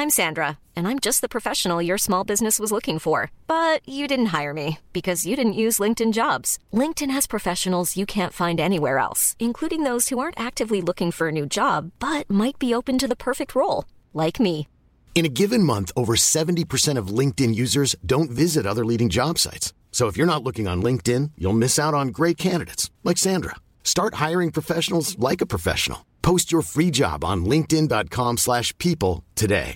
I'm Sandra, and I'm just the professional your small business was looking for. But you didn't hire me because you didn't use LinkedIn Jobs. LinkedIn has professionals you can't find anywhere else, including those who aren't actively looking for a new job, but might be open to the perfect role, like me. In a given month, over 70% of LinkedIn users don't visit other leading job sites. So if you're not looking on LinkedIn, you'll miss out on great candidates like Sandra. Start hiring professionals like a professional. Post your free job on linkedin.com/people today.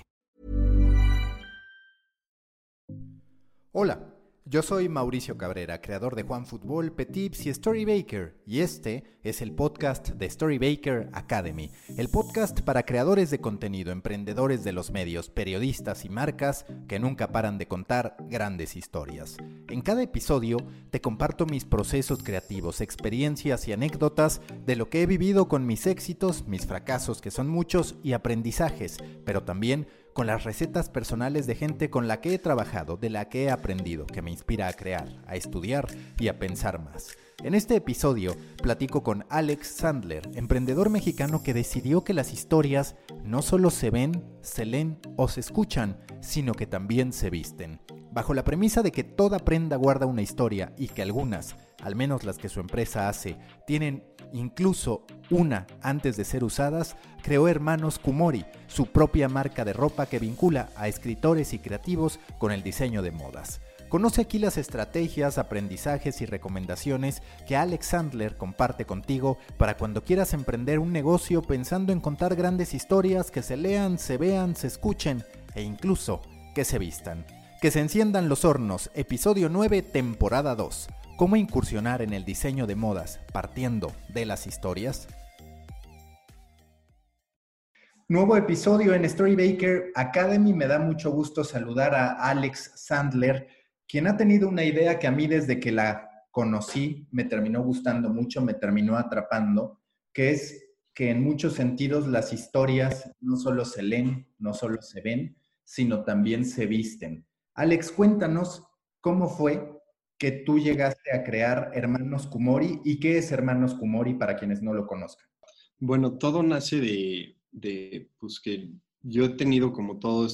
Hola, yo soy Mauricio Cabrera, creador de Juan Fútbol, Petips y Storybaker, y este es el podcast de Storybaker Academy, el podcast para creadores de contenido, emprendedores de los medios, periodistas y marcas que nunca paran de contar grandes historias. En cada episodio te comparto mis procesos creativos, experiencias y anécdotas de lo que he vivido con mis éxitos, mis fracasos que son muchos y aprendizajes, pero también con las recetas personales de gente con la que he trabajado, de la que he aprendido, que me inspira a crear, a estudiar y a pensar más. En este episodio platico con Alex Sandler, emprendedor mexicano que decidió que las historias no solo se ven, se leen o se escuchan, sino que también se visten. Bajo la premisa de que toda prenda guarda una historia y que algunas, al menos las que su empresa hace, tienen incluso una antes de ser usadas, creó Hermanos Kumori, su propia marca de ropa que vincula a escritores y creativos con el diseño de modas. Conoce aquí las estrategias, aprendizajes y recomendaciones que Alex Sandler comparte contigo para cuando quieras emprender un negocio pensando en contar grandes historias que se lean, se vean, se escuchen e incluso que se vistan. Que se enciendan los hornos, episodio 9, temporada 2. ¿Cómo incursionar en el diseño de modas partiendo de las historias? Nuevo episodio en Storybaker Academy. Me da mucho gusto saludar a Alex Sandler, quien ha tenido una idea que a mí desde que la conocí me terminó gustando mucho, me terminó atrapando, que es que en muchos sentidos las historias no solo se leen, no solo se ven, sino también se visten. Alex, cuéntanos cómo fue que tú llegaste a crear Hermanos Kumori y qué es Hermanos Kumori para quienes no lo conozcan. Bueno, todo nace de pues que yo he tenido como todo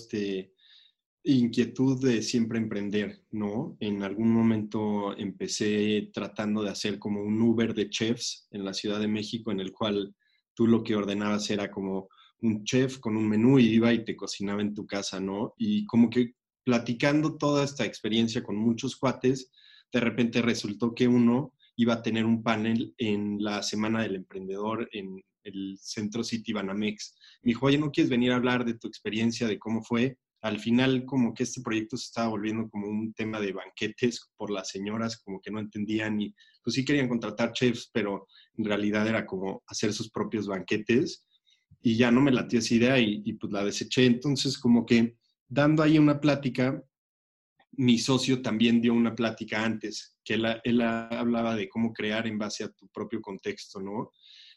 inquietud de siempre emprender, ¿no? En algún momento empecé tratando de hacer como un Uber de chefs en la Ciudad de México, en el cual tú lo que ordenabas era como un chef con un menú y iba y te cocinaba en tu casa, ¿no? Y como que platicando toda esta experiencia con muchos cuates, de repente resultó que uno iba a tener un panel en la Semana del Emprendedor en el Centro City Banamex. Me dijo, oye, ¿no quieres venir a hablar de tu experiencia, de cómo fue? Al final, como que este proyecto se estaba volviendo como un tema de banquetes por las señoras, como que no entendían y pues sí querían contratar chefs, pero en realidad era como hacer sus propios banquetes y ya no me latió esa idea y pues la deseché. Entonces, como que dando ahí una plática, mi socio también dio una plática antes, que él hablaba de cómo crear en base a tu propio contexto, ¿no?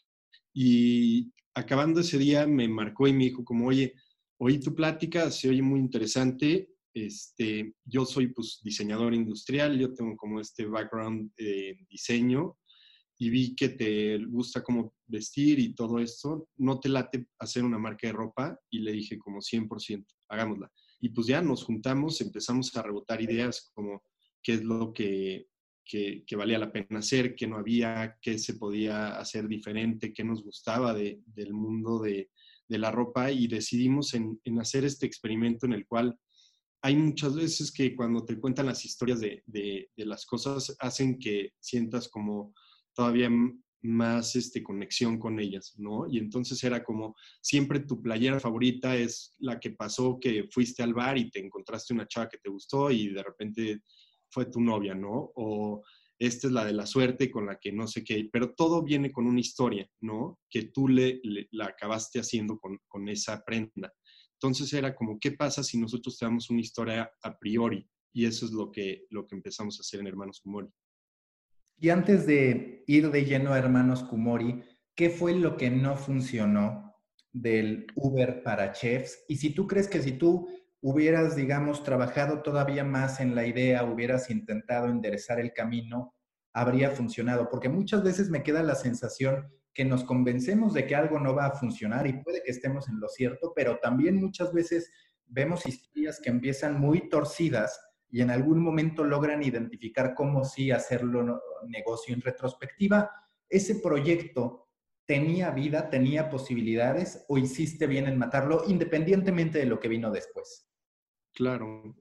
Y acabando ese día me me dijo como, oye, oí tu plática, se oye muy interesante, yo soy pues diseñador industrial, yo tengo como este background en diseño y vi que te gusta como vestir y todo esto, ¿no te late hacer una marca de ropa? Y le dije como 100%, hagámosla. Y pues ya nos juntamos, empezamos a rebotar ideas como qué es lo que valía la pena hacer, qué no había, qué se podía hacer diferente, qué nos gustaba del mundo de la ropa y decidimos en hacer este experimento en el cual hay muchas veces que cuando te cuentan las historias de las cosas hacen que sientas como todavía más conexión con ellas, ¿no? Y entonces era como, siempre tu playera favorita es la que pasó que fuiste al bar y te encontraste una chava que te gustó y de repente fue tu novia, ¿no? O esta es la de la suerte con la que no sé qué, pero todo viene con una historia, ¿no? Que tú la acabaste haciendo con esa prenda. Entonces era como, ¿qué pasa si nosotros te damos una historia a priori? Y eso es lo que empezamos a hacer en Hermanos Kumori. Y antes de ir de lleno a Hermanos Kumori, ¿qué fue lo que no funcionó del Uber para chefs? Y si tú crees que si tú hubieras, digamos, trabajado todavía más en la idea, hubieras intentado enderezar el camino, habría funcionado. Porque muchas veces me queda la sensación que nos convencemos de que algo no va a funcionar y puede que estemos en lo cierto, pero también muchas veces vemos historias que empiezan muy torcidas y en algún momento logran identificar cómo sí hacerlo negocio. En retrospectiva, ¿ese proyecto tenía vida, tenía posibilidades o hiciste bien en matarlo independientemente de lo que vino después? Claro,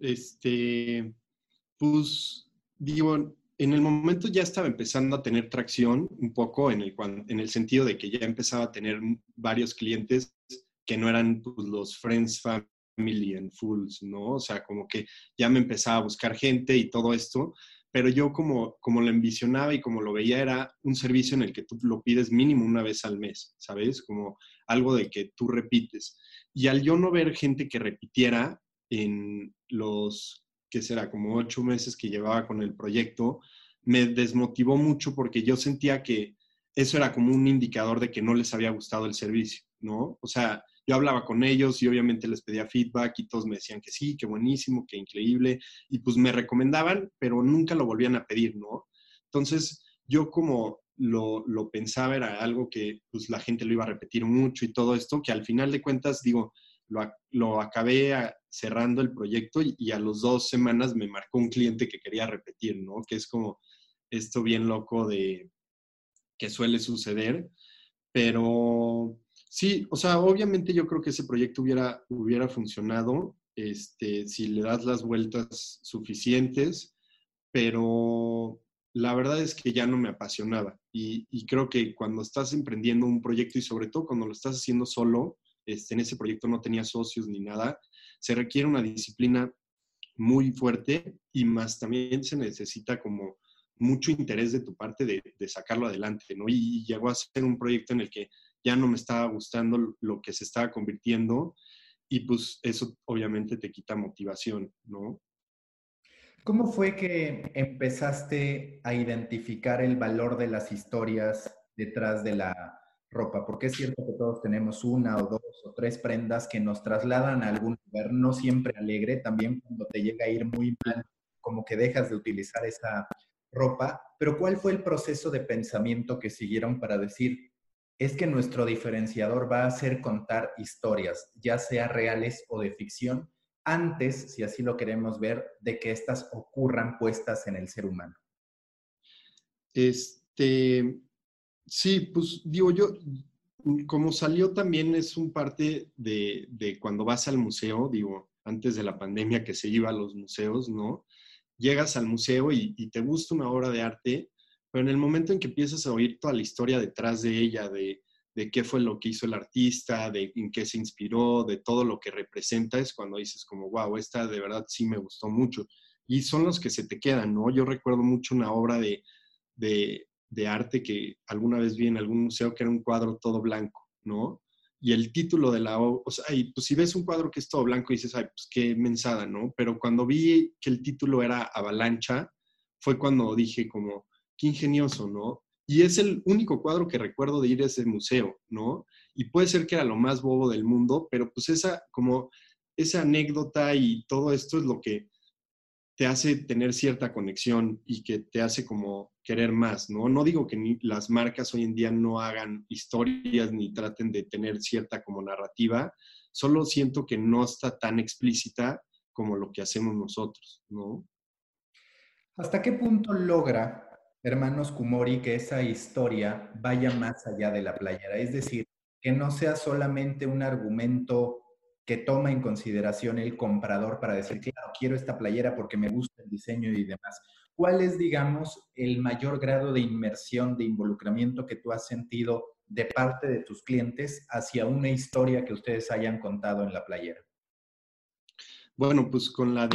pues digo, en el momento ya estaba empezando a tener tracción un poco en el sentido de que ya empezaba a tener varios clientes que no eran pues, los friends, family and fools, ¿no? O sea, como que ya me empezaba a buscar gente y todo esto, pero yo como lo envisionaba y como lo veía era un servicio en el que tú lo pides mínimo una vez al mes, ¿sabes? Como algo de que tú repites. Y al yo no ver gente que repitiera en los, ¿qué será? Como 8 meses que llevaba con el proyecto, me desmotivó mucho porque yo sentía que eso era como un indicador de que no les había gustado el servicio, ¿no? O sea, yo hablaba con ellos y obviamente les pedía feedback y todos me decían que sí, que buenísimo, que increíble, y pues me recomendaban, pero nunca lo volvían a pedir, ¿no? Entonces, yo como lo pensaba era algo que pues la gente lo iba a repetir mucho y todo esto, que al final de cuentas, digo, lo acabé cerrando el proyecto y a las 2 semanas me marcó un cliente que quería repetir, ¿no? Que es como esto bien loco de que suele suceder, pero sí, o sea, obviamente yo creo que ese proyecto hubiera funcionado si le das las vueltas suficientes, pero la verdad es que ya no me apasionaba y creo que cuando estás emprendiendo un proyecto y sobre todo cuando lo estás haciendo solo, en ese proyecto no tenía socios ni nada, se requiere una disciplina muy fuerte y más también se necesita como mucho interés de tu parte de sacarlo adelante, ¿no? Y llegó a ser un proyecto en el que ya no me estaba gustando lo que se estaba convirtiendo y pues eso obviamente te quita motivación, ¿no? ¿Cómo fue que empezaste a identificar el valor de las historias detrás de la ropa? Porque es cierto que todos tenemos una o dos o tres prendas que nos trasladan a algún lugar, no siempre alegre, también cuando te llega a ir muy mal, como que dejas de utilizar esa ropa. Pero ¿cuál fue el proceso de pensamiento que siguieron para decir, es que nuestro diferenciador va a ser contar historias, ya sea reales o de ficción? Antes, si así lo queremos ver, de que éstas ocurran puestas en el ser humano. Este, sí, pues digo yo, como salió también es un parte de cuando vas al museo, digo, antes de la pandemia que se iba a los museos, ¿no? Llegas al museo y te gusta una obra de arte, pero en el momento en que empiezas a oír toda la historia detrás de ella, de qué fue lo que hizo el artista, de en qué se inspiró, de todo lo que representa, es cuando dices como, wow, esta de verdad sí me gustó mucho. Y son los que se te quedan, ¿no? Yo recuerdo mucho una obra de arte que alguna vez vi en algún museo que era un cuadro todo blanco, ¿no? Y el título de la obra, o sea, y pues si ves un cuadro que es todo blanco dices, ay, pues qué mensada, ¿no? Pero cuando vi que el título era Avalancha, fue cuando dije como, qué ingenioso, ¿no? Y es el único cuadro que recuerdo de ir a ese museo, ¿no? Y puede ser que era lo más bobo del mundo, pero pues esa anécdota y todo esto es lo que te hace tener cierta conexión y que te hace como querer más, ¿no? No digo que las marcas hoy en día no hagan historias ni traten de tener cierta como narrativa, solo siento que no está tan explícita como lo que hacemos nosotros, ¿no? ¿Hasta qué punto logra, hermanos Kumori, que esa historia vaya más allá de la playera? Es decir, que no sea solamente un argumento que toma en consideración el comprador para decir, claro, quiero esta playera porque me gusta el diseño y demás. ¿Cuál es, digamos, el mayor grado de inmersión, de involucramiento que tú has sentido de parte de tus clientes hacia una historia que ustedes hayan contado en la playera? Bueno, pues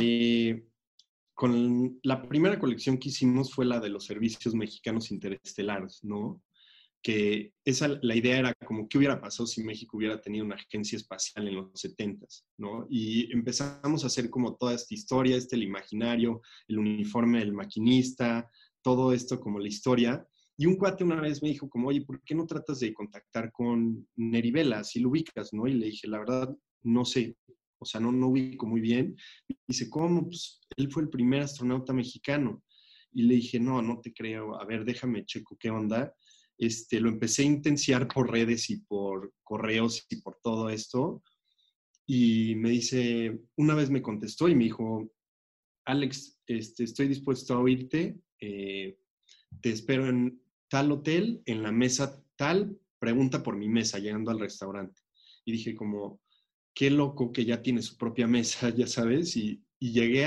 con la primera colección que hicimos fue la de los servicios mexicanos interestelares, ¿no? Que la idea era como qué hubiera pasado si México hubiera tenido una agencia espacial en los 70s, ¿no? Y empezamos a hacer como toda esta historia, el imaginario, el uniforme del maquinista, todo esto como la historia. Y un cuate una vez me dijo como, oye, ¿por qué no tratas de contactar con Neri Vela, si lo ubicas, ¿no? Y le dije, la verdad, no sé, o sea, no ubico muy bien. Y dice, ¿cómo? Pues él fue el primer astronauta mexicano. Y le dije, no te creo, a ver, déjame checo qué onda. Lo empecé a intenciar por redes y por correos y por todo esto. y me dice, una vez me contestó y me dijo, Alex, estoy dispuesto a oírte, te espero en tal hotel, en la mesa tal, pregunta por mi mesa llegando al restaurante. Y dije como, qué loco que ya tiene su propia mesa, ya sabes, y llegué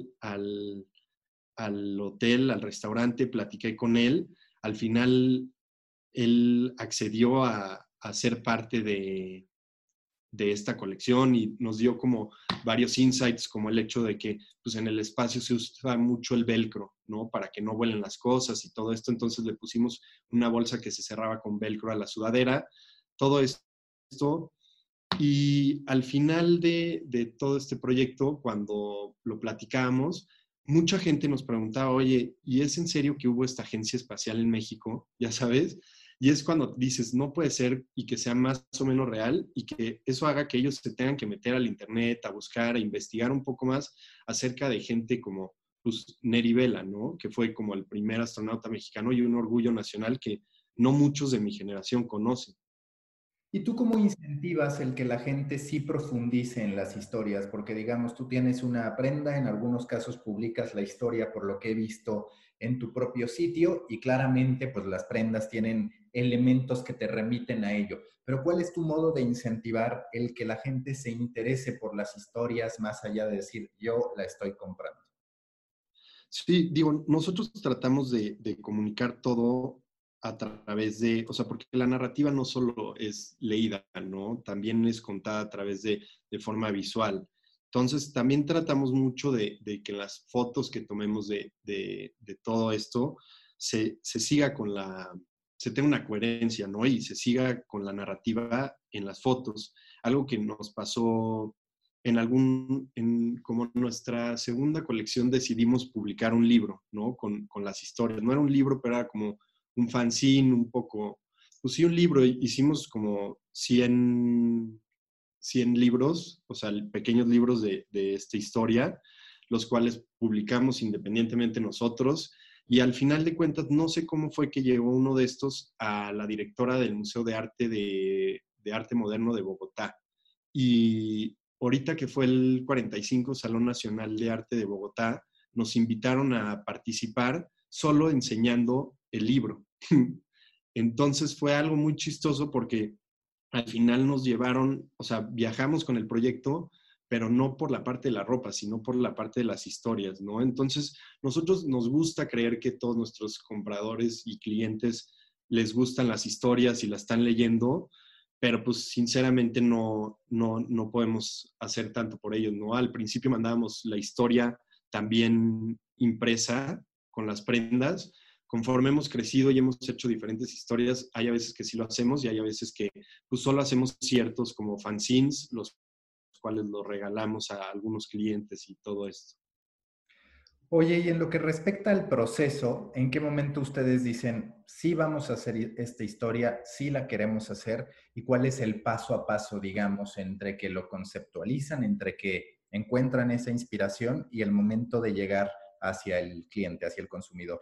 al hotel, al restaurante, platiqué con él, al final él accedió a ser parte de esta colección y nos dio como varios insights, como el hecho de que pues en el espacio se usa mucho el velcro, ¿no? Para que no vuelen las cosas y todo esto. Entonces le pusimos una bolsa que se cerraba con velcro a la sudadera. Todo esto. Y al final de todo este proyecto, cuando lo platicábamos, mucha gente nos preguntaba, oye, ¿y es en serio que hubo esta agencia espacial en México? Ya sabes. Y es cuando dices, no puede ser y que sea más o menos real y que eso haga que ellos se tengan que meter al internet, a buscar, a investigar un poco más acerca de gente como pues, Neri Vela, ¿no? Que fue como el primer astronauta mexicano y un orgullo nacional que no muchos de mi generación conocen. ¿Y tú cómo incentivas el que la gente sí profundice en las historias? Porque digamos, tú tienes una prenda, en algunos casos publicas la historia por lo que he visto en tu propio sitio y claramente pues las prendas tienen elementos que te remiten a ello. Pero ¿cuál es tu modo de incentivar el que la gente se interese por las historias más allá de decir yo la estoy comprando? Sí, digo, nosotros tratamos de comunicar todo a través de, o sea, porque la narrativa no solo es leída, ¿no? También es contada a través de forma visual. Entonces, también tratamos mucho de que las fotos que tomemos de todo esto se siga con se tenga una coherencia, ¿no? Y se siga con la narrativa en las fotos. Algo que nos pasó como nuestra segunda colección decidimos publicar un libro, ¿no? Con las historias. No era un libro, pero era como un fanzine, un poco, pues sí, un libro. Hicimos como 100 libros, o sea, pequeños libros de esta historia, los cuales publicamos independientemente nosotros. Y al final de cuentas, no sé cómo fue que llegó uno de estos a la directora del Museo de Arte Moderno de Bogotá. Y ahorita que fue el 45 Salón Nacional de Arte de Bogotá, nos invitaron a participar solo enseñando el libro. Entonces fue algo muy chistoso porque al final nos llevaron, o sea, viajamos con el proyecto, pero no por la parte de la ropa, sino por la parte de las historias, ¿no? Entonces, nosotros nos gusta creer que todos nuestros compradores y clientes les gustan las historias y las están leyendo, pero pues sinceramente no podemos hacer tanto por ellos, ¿no? Al principio mandábamos la historia también impresa con las prendas. Conforme hemos crecido y hemos hecho diferentes historias, hay a veces que sí lo hacemos y hay a veces que pues solo hacemos ciertos como fanzines, los cuales los regalamos a algunos clientes y todo esto. Oye, y en lo que respecta al proceso, ¿en qué momento ustedes dicen, sí vamos a hacer esta historia, sí la queremos hacer? ¿Y cuál es el paso a paso, digamos, entre que lo conceptualizan, entre que encuentran esa inspiración y el momento de llegar hacia el cliente, hacia el consumidor?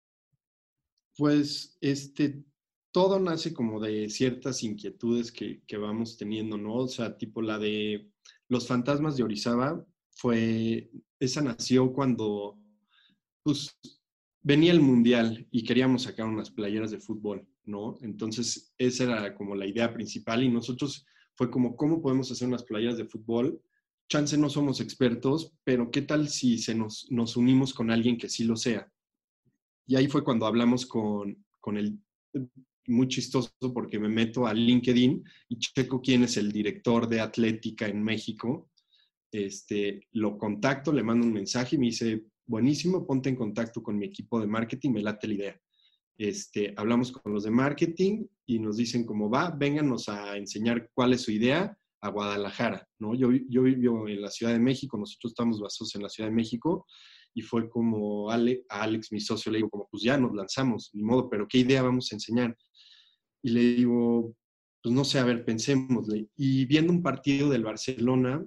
Pues todo nace como de ciertas inquietudes que vamos teniendo, ¿no? O sea, tipo la de los fantasmas de Orizaba, esa nació cuando, pues, venía el Mundial y queríamos sacar unas playeras de fútbol, ¿no? Entonces, esa era como la idea principal y nosotros fue como, ¿cómo podemos hacer unas playeras de fútbol? Chance no somos expertos, pero ¿qué tal si nos unimos con alguien que sí lo sea? Y ahí fue cuando hablamos con el, muy chistoso porque me meto a LinkedIn y checo quién es el director de Atlética en México. Lo contacto, le mando un mensaje y me dice, buenísimo, ponte en contacto con mi equipo de marketing, me late la idea. Hablamos con los de marketing y nos dicen cómo va, vénganos a enseñar cuál es su idea a Guadalajara, ¿no? Yo vivo en la Ciudad de México, nosotros estamos basados en la Ciudad de México y fue como a Alex, mi socio, le digo como, pues ya nos lanzamos, ni modo, pero ¿qué idea vamos a enseñar? Y le digo, pues no sé, a ver, pensémosle. Y viendo un partido del Barcelona,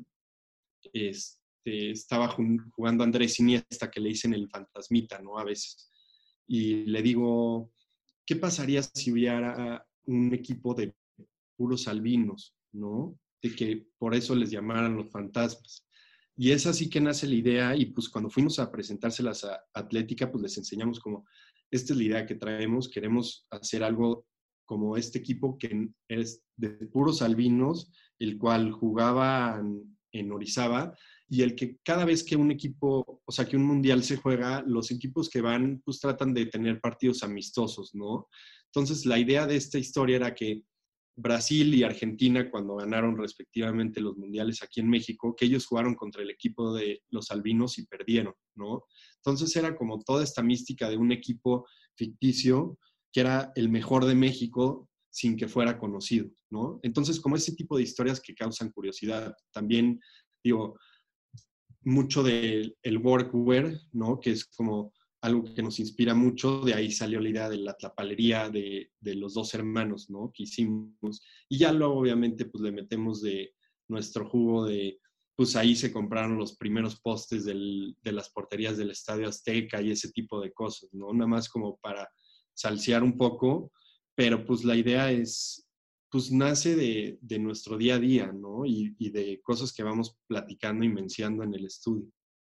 estaba jugando Andrés Iniesta, que le dicen el fantasmita, ¿no? A veces. Y le digo, ¿qué pasaría si hubiera un equipo de puros albinos, ¿no? de que por eso les llamaran los fantasmas. Y es así que nace la idea y pues cuando fuimos a presentárselas a Atlética, pues les enseñamos como, esta es la idea que traemos, queremos hacer algo como este equipo que es de puros albinos, el cual jugaba en Orizaba, y el que cada vez que un equipo, o sea, que un mundial se juega, los equipos que van, pues tratan de tener partidos amistosos, ¿no? Entonces, la idea de esta historia era que Brasil y Argentina, cuando ganaron respectivamente los mundiales aquí en México, que ellos jugaron contra el equipo de los albinos y perdieron, ¿no? Entonces era como toda esta mística de un equipo ficticio que era el mejor de México sin que fuera conocido, ¿no? Entonces, como ese tipo de historias que causan curiosidad. También, digo, mucho del workwear, ¿no? Que es como algo que nos inspira mucho, de ahí salió la idea de la tlapalería de los dos hermanos, ¿no? Que hicimos. Y ya luego, obviamente, pues le metemos de nuestro jugo de, pues ahí se compraron los primeros postes de las porterías del Estadio Azteca y ese tipo de cosas, ¿no? Nada más como para salsear un poco, pero pues la idea es, pues nace de nuestro día a día, ¿no? Y de cosas que vamos platicando y mencionando en el estudio.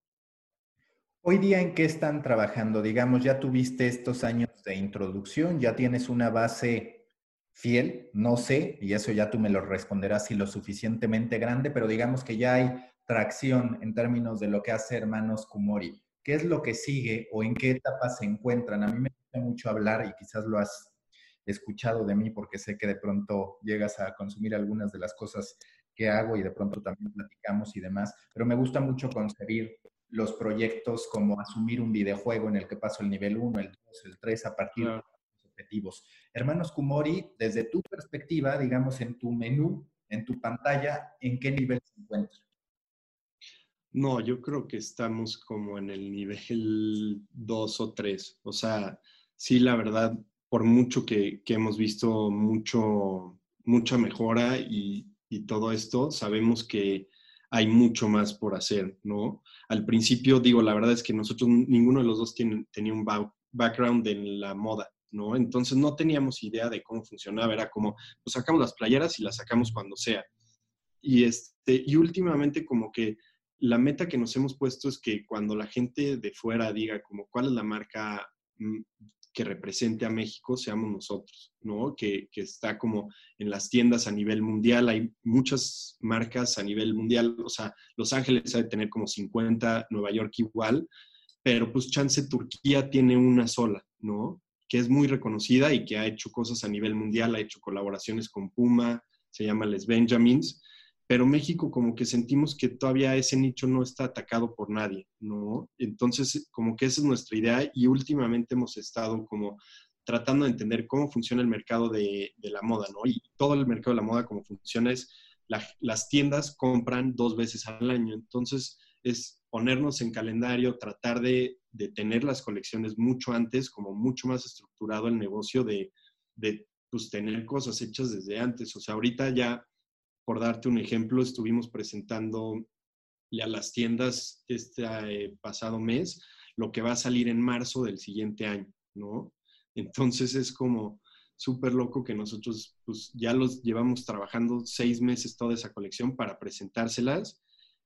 Hoy día, ¿en qué están trabajando? Digamos, ya tuviste estos años de introducción, ya tienes una base fiel, no sé, y eso ya tú me lo responderás si lo suficientemente grande, pero digamos que ya hay tracción en términos de lo que hace Hermanos Kumori. ¿Qué es lo que sigue o en qué etapa se encuentran? A mí me gusta mucho hablar y quizás lo has escuchado de mí porque sé que de pronto llegas a consumir algunas de las cosas que hago y de pronto también platicamos y demás, pero me gusta mucho concebir los proyectos como asumir un videojuego en el que paso el nivel 1, el 2, el 3 a partir de los objetivos. Hermanos Kumori, desde tu perspectiva, digamos en tu menú, en tu pantalla, ¿en qué nivel se encuentra? No, yo creo que estamos como en el nivel 2 o 3. O sea, sí, la verdad, por mucho que hemos visto mucha mejora y todo esto, sabemos que hay mucho más por hacer, ¿no? Al principio, digo, la verdad es que nosotros, ninguno de los dos tenía un background en la moda, ¿no? Entonces no teníamos idea de cómo funcionaba. Era como, pues sacamos las playeras y las sacamos cuando sea. Y últimamente como que la meta que nos hemos puesto es que cuando la gente de fuera diga como cuál es la marca que represente a México, seamos nosotros, ¿no? Que está como en las tiendas a nivel mundial, hay muchas marcas a nivel mundial, o sea, Los Ángeles ha de tener como 50, Nueva York igual, pero pues chance Turquía tiene una sola, ¿no? Que es muy reconocida y que ha hecho cosas a nivel mundial, ha hecho colaboraciones con Puma, se llama Les Benjamins, pero México como que sentimos que todavía ese nicho no está atacado por nadie, ¿no? Entonces, como que esa es nuestra idea y últimamente hemos estado como tratando de entender cómo funciona el mercado de la moda, ¿no? Y todo el mercado de la moda, cómo funciona es, las tiendas compran 2 veces al año, entonces es ponernos en calendario, tratar de tener las colecciones mucho antes, como mucho más estructurado el negocio de pues, tener cosas hechas desde antes. O sea, ahorita ya por darte un ejemplo, estuvimos presentando a las tiendas este pasado mes lo que va a salir en marzo del siguiente año, ¿no? Entonces es como súper loco que nosotros pues ya los llevamos trabajando 6 meses toda esa colección para presentárselas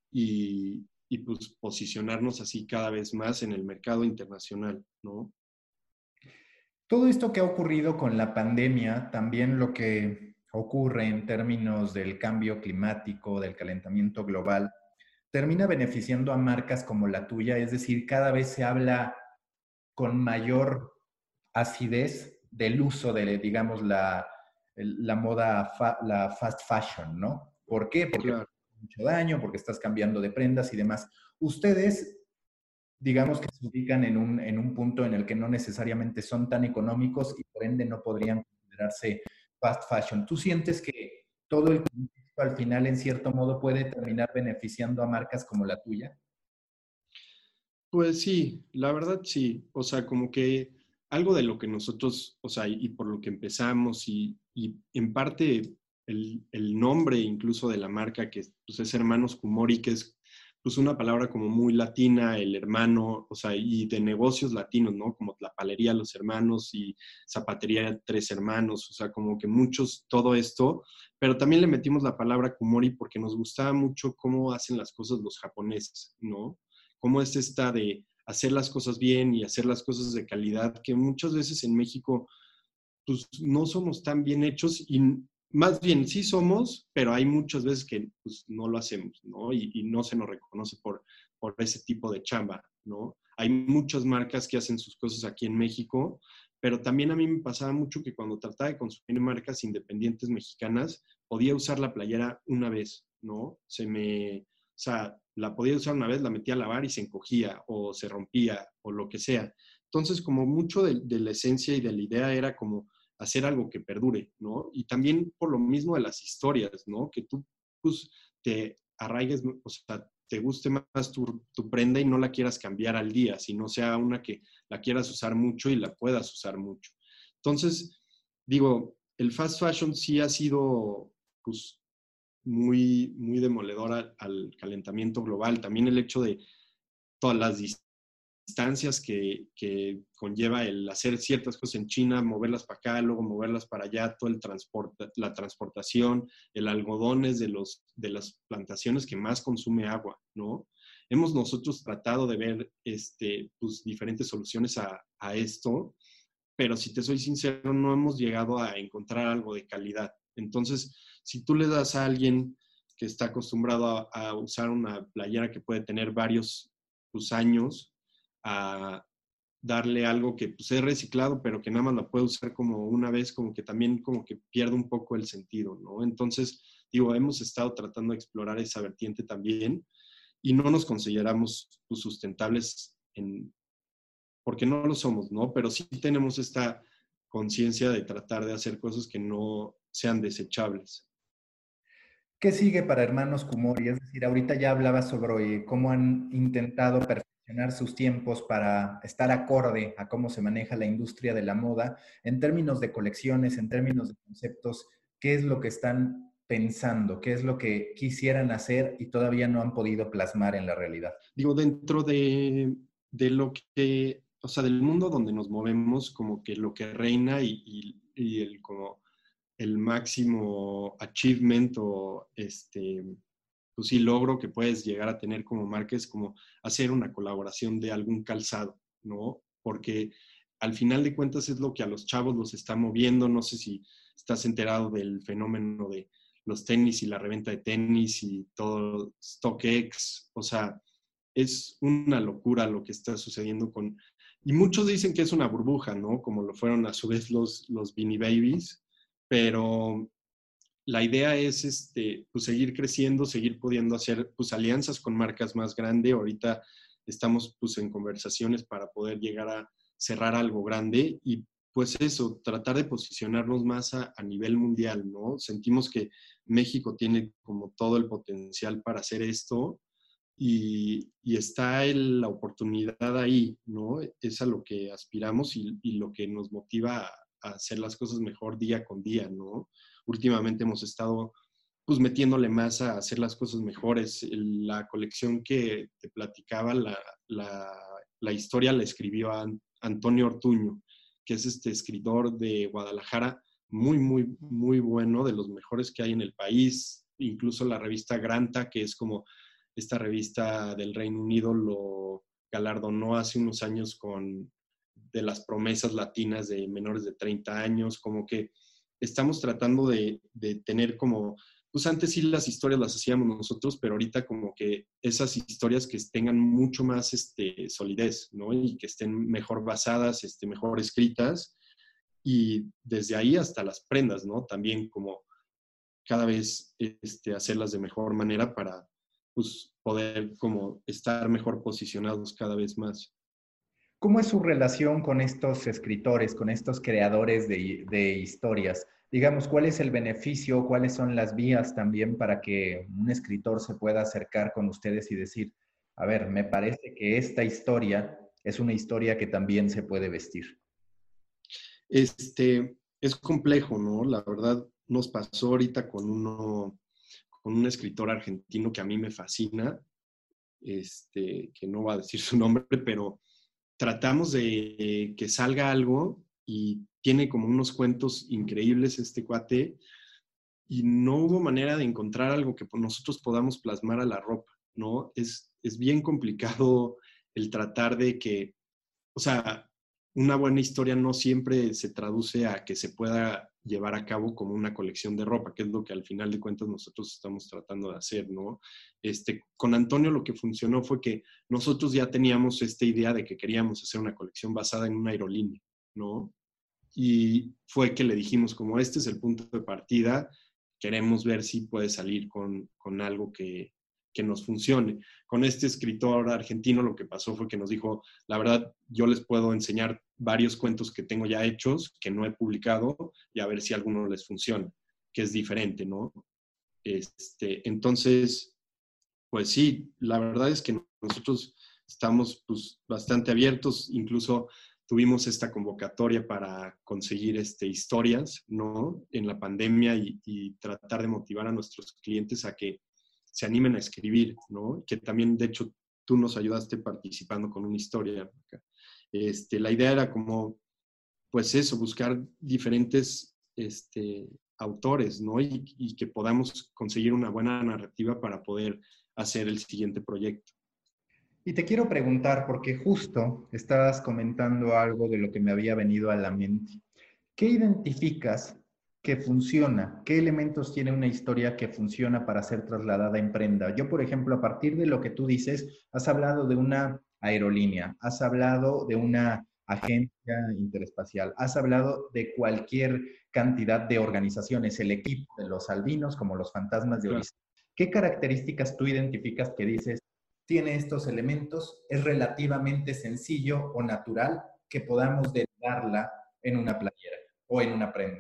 y pues posicionarnos así cada vez más en el mercado internacional, ¿no? Todo esto que ha ocurrido con la pandemia, también lo que ocurre en términos del cambio climático, del calentamiento global, termina beneficiando a marcas como la tuya, es decir, cada vez se habla con mayor acidez del uso de, digamos, la moda, la fast fashion, ¿no? ¿Por qué? Porque Claro. hace mucho daño, porque estás cambiando de prendas y demás. Ustedes, digamos que se ubican en un punto en el que no necesariamente son tan económicos y por ende no podrían considerarse fast fashion. ¿Tú sientes que todo el contexto al final en cierto modo puede terminar beneficiando a marcas como la tuya? Pues sí, la verdad sí. O sea, como que algo de lo que nosotros, o sea, y por lo que empezamos y en parte el nombre incluso de la marca que pues, es Hermanos Kumori, que es pues una palabra como muy latina, el hermano, o sea, y de negocios latinos, ¿no? Como la palería Los Hermanos y zapatería Tres Hermanos, o sea, como que muchos, todo esto, pero también le metimos la palabra kumori porque nos gustaba mucho cómo hacen las cosas los japoneses, ¿no? Cómo es esta de hacer las cosas bien y hacer las cosas de calidad, que muchas veces en México pues no somos tan bien hechos y más bien sí somos, pero hay muchas veces que pues, no lo hacemos, ¿no? Y no se nos reconoce por ese tipo de chamba, ¿no? Hay muchas marcas que hacen sus cosas aquí en México, pero también a mí me pasaba mucho que cuando trataba de consumir marcas independientes mexicanas, podía usar la playera una vez, ¿no? O sea, la podía usar una vez, la metía a lavar y se encogía o se rompía o lo que sea. Entonces, como mucho de la esencia y de la idea era como hacer algo que perdure, ¿no? Y también por lo mismo de las historias, ¿no? Que tú pues, te arraigues, o sea, te guste más tu prenda y no la quieras cambiar al día, sino sea una que la quieras usar mucho y la puedas usar mucho. Entonces, digo, el fast fashion sí ha sido, pues, muy, muy demoledor al calentamiento global. También el hecho de todas las distancias que conlleva el hacer ciertas cosas en China, moverlas para acá, luego moverlas para allá, todo el transporte, la transportación, el algodón es de las plantaciones que más consume agua, ¿no? Hemos nosotros tratado de ver pues, diferentes soluciones a esto, pero si te soy sincero, no hemos llegado a encontrar algo de calidad. Entonces, si tú le das a alguien que está acostumbrado a usar una playera que puede tener varios pues, años, a darle algo que pues, es reciclado, pero que nada más la puede usar como una vez, como que también como que pierde un poco el sentido, ¿no? Entonces, digo, hemos estado tratando de explorar esa vertiente también y no nos consideramos pues, sustentables porque no lo somos, ¿no? Pero sí tenemos esta conciencia de tratar de hacer cosas que no sean desechables. ¿Qué sigue para Hermanos Kumori? Es decir, ahorita ya hablaba sobre cómo han intentado perfeccionar sus tiempos para estar acorde a cómo se maneja la industria de la moda. En términos de colecciones, en términos de conceptos, ¿qué es lo que están pensando? ¿Qué es lo que quisieran hacer y todavía no han podido plasmar en la realidad? Digo, dentro de lo que, o sea, del mundo donde nos movemos, como que lo que reina y el, como el máximo achievement o pues sí, logro que puedes llegar a tener como marca es como hacer una colaboración de algún calzado, ¿no? Porque al final de cuentas es lo que a los chavos los está moviendo. No sé si estás enterado del fenómeno de los tenis y la reventa de tenis y todo StockX. O sea, es una locura lo que está sucediendo con... Y muchos dicen que es una burbuja, ¿no? Como lo fueron a su vez los Beanie Babies, pero la idea es pues seguir creciendo, seguir pudiendo hacer pues, alianzas con marcas más grandes. Ahorita estamos pues, en conversaciones para poder llegar a cerrar algo grande y pues eso, tratar de posicionarnos más a nivel mundial, ¿no? Sentimos que México tiene como todo el potencial para hacer esto y está la oportunidad ahí, ¿no? Es a lo que aspiramos y lo que nos motiva a hacer las cosas mejor día con día, ¿no? Últimamente hemos estado pues metiéndole más a hacer las cosas mejores. La colección que te platicaba, la historia la escribió Antonio Ortuño, que es este escritor de Guadalajara, muy, muy, muy bueno, de los mejores que hay en el país. Incluso la revista Granta, que es como esta revista del Reino Unido, lo galardonó hace unos años con de las promesas latinas de menores de 30 años, como que estamos tratando de tener como, pues antes sí las historias las hacíamos nosotros, pero ahorita como que esas historias que tengan mucho más solidez, ¿no? Y que estén mejor basadas, mejor escritas, y desde ahí hasta las prendas, ¿no? También como cada vez hacerlas de mejor manera para pues, poder como estar mejor posicionados cada vez más. ¿Cómo es su relación con estos escritores, con estos creadores de historias? Digamos, ¿cuál es el beneficio, cuáles son las vías también para que un escritor se pueda acercar con ustedes y decir, a ver, me parece que esta historia es una historia que también se puede vestir? Es complejo, ¿no? La verdad nos pasó ahorita con un escritor argentino que a mí me fascina, que no va a decir su nombre, pero tratamos de que salga algo y tiene como unos cuentos increíbles este cuate y no hubo manera de encontrar algo que nosotros podamos plasmar a la ropa, ¿no? Es bien complicado el tratar de que, o sea, una buena historia no siempre se traduce a que se pueda llevar a cabo como una colección de ropa, que es lo que al final de cuentas nosotros estamos tratando de hacer, ¿no? Con Antonio lo que funcionó fue que nosotros ya teníamos esta idea de que queríamos hacer una colección basada en una aerolínea, ¿no? Y fue que le dijimos como este es el punto de partida, queremos ver si puede salir con algo que nos funcione. Con este escritor argentino lo que pasó fue que nos dijo, la verdad, yo les puedo enseñar varios cuentos que tengo ya hechos, que no he publicado, y a ver si alguno les funciona, que es diferente, ¿no? Entonces, pues sí, la verdad es que nosotros estamos pues, bastante abiertos, incluso tuvimos esta convocatoria para conseguir historias, ¿no? En la pandemia y tratar de motivar a nuestros clientes a que se animen a escribir, ¿no? Que también, de hecho, tú nos ayudaste participando con una historia. La idea era como, pues eso, buscar diferentes autores, ¿no? Y que podamos conseguir una buena narrativa para poder hacer el siguiente proyecto. Y te quiero preguntar, porque justo estabas comentando algo de lo que me había venido a la mente. ¿Qué identificas que funciona? ¿Qué elementos tiene una historia que funciona para ser trasladada en prenda? Yo, por ejemplo, a partir de lo que tú dices, has hablado de una aerolínea, has hablado de una agencia interespacial, has hablado de cualquier cantidad de organizaciones, el equipo de los albinos como los fantasmas de Oriza. ¿Qué características tú identificas que dices, tiene estos elementos, es relativamente sencillo o natural que podamos derivarla en una playera o en una prenda?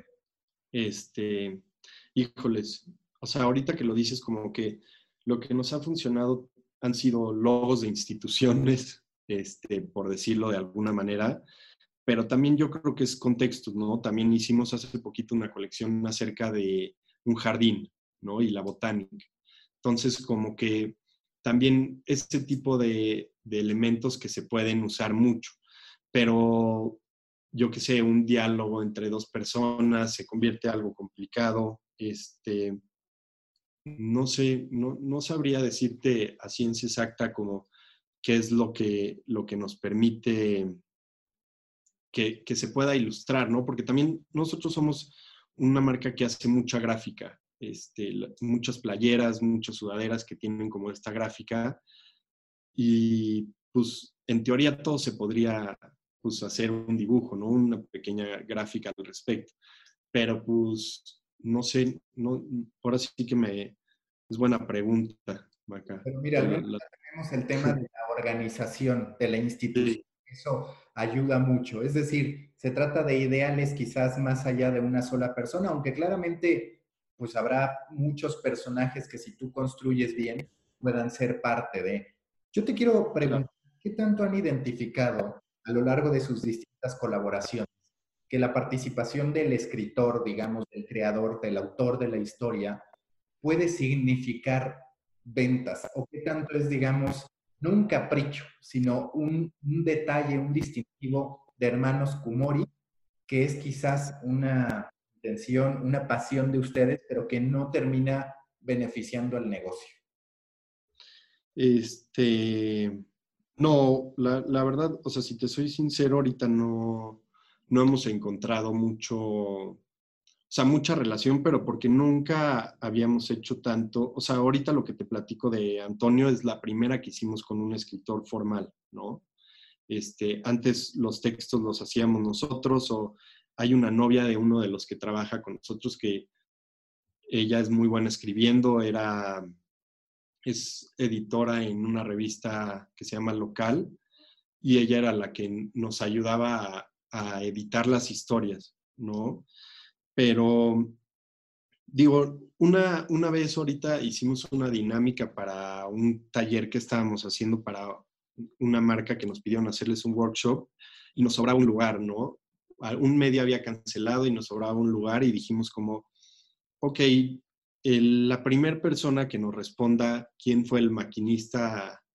Híjoles, o sea, ahorita que lo dices, como que lo que nos ha funcionado han sido logos de instituciones, por decirlo de alguna manera, pero también yo creo que es contexto, ¿no? También hicimos hace poquito una colección acerca de un jardín, ¿no? Y la botánica. Entonces, como que también este tipo de elementos que se pueden usar mucho, pero yo qué sé, un diálogo entre dos personas se convierte en algo complicado. No sé, no sabría decirte a ciencia exacta como qué es lo que nos permite que se pueda ilustrar, ¿no? Porque también nosotros somos una marca que hace mucha gráfica, muchas playeras, muchas sudaderas que tienen como esta gráfica y pues en teoría todo se podría pues hacer un dibujo, ¿no? Una pequeña gráfica al respecto, pero pues no sé, no, ahora sí que es buena pregunta, Maca. Pero mira, al menos tenemos el tema de la organización, de la institución. Sí. Eso ayuda mucho. Es decir, se trata de ideales quizás más allá de una sola persona, aunque claramente pues habrá muchos personajes que si tú construyes bien puedan ser parte de. Yo te quiero preguntar, ¿qué tanto han identificado a lo largo de sus distintas colaboraciones que la participación del escritor, digamos, del creador, del autor de la historia, puede significar ventas? ¿O qué tanto es, digamos, no un capricho, sino un detalle, un distintivo de hermanos Kumori, que es quizás una intención, una pasión de ustedes, pero que no termina beneficiando al negocio? No, la verdad, o sea, si te soy sincero, ahorita no hemos encontrado mucho, o sea, mucha relación, pero porque nunca habíamos hecho tanto, o sea, ahorita lo que te platico de Antonio es la primera que hicimos con un escritor formal, ¿no? Antes los textos los hacíamos nosotros o hay una novia de uno de los que trabaja con nosotros que ella es muy buena escribiendo, es editora en una revista que se llama Local y ella era la que nos ayudaba a editar las historias, ¿no? Pero digo, una vez ahorita hicimos una dinámica para un taller que estábamos haciendo para una marca que nos pidieron hacerles un workshop y nos sobraba un lugar, ¿no? Un medio había cancelado y nos sobraba un lugar y dijimos como, ok, la primera persona que nos responda quién fue el maquinista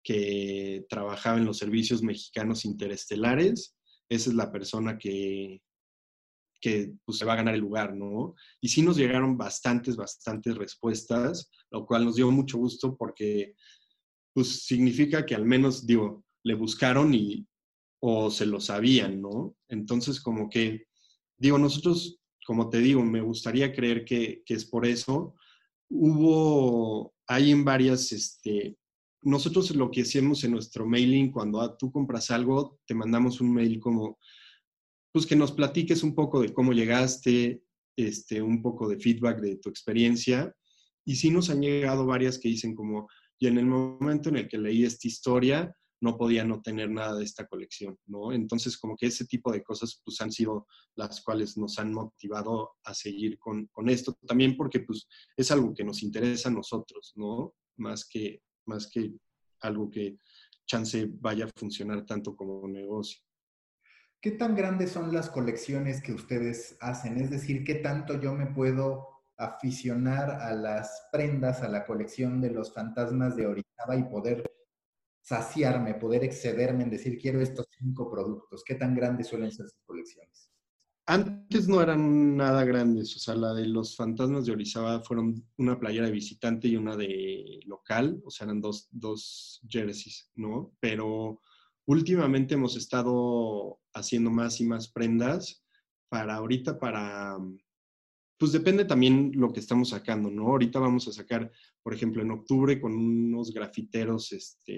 que trabajaba en los servicios mexicanos interestelares. Esa es la persona que pues, se va a ganar el lugar, ¿no? Y sí nos llegaron bastantes respuestas, lo cual nos dio mucho gusto porque pues significa que al menos, digo, le buscaron o se lo sabían, ¿no? Entonces, como que, digo, nosotros, como te digo, me gustaría creer que es por eso. Hay en varias, nosotros lo que hacemos en nuestro mailing, cuando tú compras algo, te mandamos un mail como, pues que nos platiques un poco de cómo llegaste, un poco de feedback de tu experiencia. Y sí nos han llegado varias que dicen como, y en el momento en el que leí esta historia, no podía no tener nada de esta colección, ¿no? Entonces, como que ese tipo de cosas, pues, han sido las cuales nos han motivado a seguir con esto. También porque, pues, es algo que nos interesa a nosotros, ¿no? Más que algo que chance vaya a funcionar tanto como un negocio. ¿Qué tan grandes son las colecciones que ustedes hacen? Es decir, ¿qué tanto yo me puedo aficionar a las prendas, a la colección de los fantasmas de Orizaba y poder saciarme, poder excederme en decir, quiero estos 5 productos? ¿Qué tan grandes suelen ser sus colecciones? Antes no eran nada grandes, o sea, la de los fantasmas de Orizaba fueron una playera de visitante y una de local, o sea, eran dos jerseys, ¿no? Pero últimamente hemos estado haciendo más y más prendas pues depende también lo que estamos sacando, ¿no? Ahorita vamos a sacar, por ejemplo, en octubre con unos grafiteros,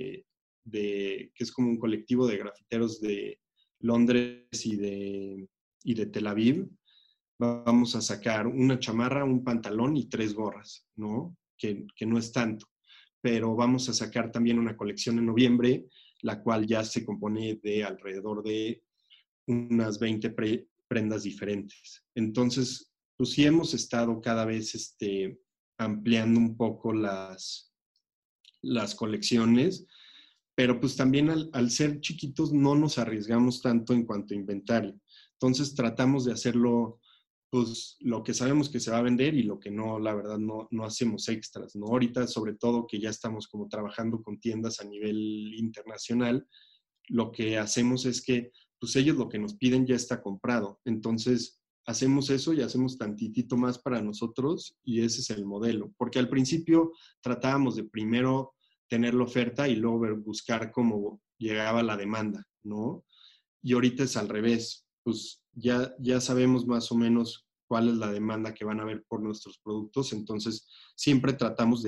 que es como un colectivo de grafiteros de Londres y de Tel Aviv. Vamos a sacar una chamarra, un pantalón y 3 gorras, ¿no? Que no es tanto. Pero vamos a sacar también una colección en noviembre, la cual ya se compone de alrededor de unas 20 prendas diferentes. Entonces, pues sí hemos estado cada vez ampliando un poco las colecciones, pero pues también al ser chiquitos no nos arriesgamos tanto en cuanto a inventario. Entonces tratamos de hacerlo, pues lo que sabemos que se va a vender y lo que no, la verdad, no hacemos extras, ¿no? Ahorita, sobre todo que ya estamos como trabajando con tiendas a nivel internacional, lo que hacemos es que, pues ellos lo que nos piden ya está comprado. Entonces, hacemos eso y hacemos tantitito más para nosotros y ese es el modelo. Porque al principio tratábamos de primero tener la oferta y luego buscar cómo llegaba la demanda, ¿no? Y ahorita es al revés. Pues ya sabemos más o menos cuál es la demanda que van a haber por nuestros productos. Entonces, siempre tratamos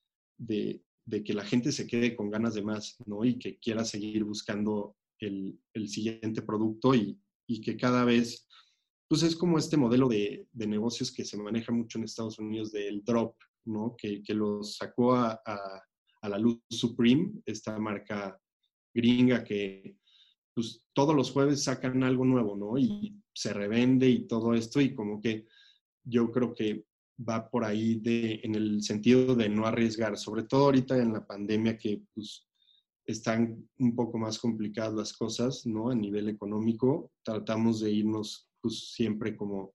de que la gente se quede con ganas de más, ¿no? Y que quiera seguir buscando el siguiente producto y que cada vez, pues es como este modelo de negocios que se maneja mucho en Estados Unidos del drop, ¿no? Que lo sacó a la luz Supreme, esta marca gringa que pues todos los jueves sacan algo nuevo, ¿no? Y se revende y todo esto y como que yo creo que va por ahí en el sentido de no arriesgar, sobre todo ahorita en la pandemia que pues están un poco más complicadas las cosas, ¿no? A nivel económico, tratamos de irnos pues siempre como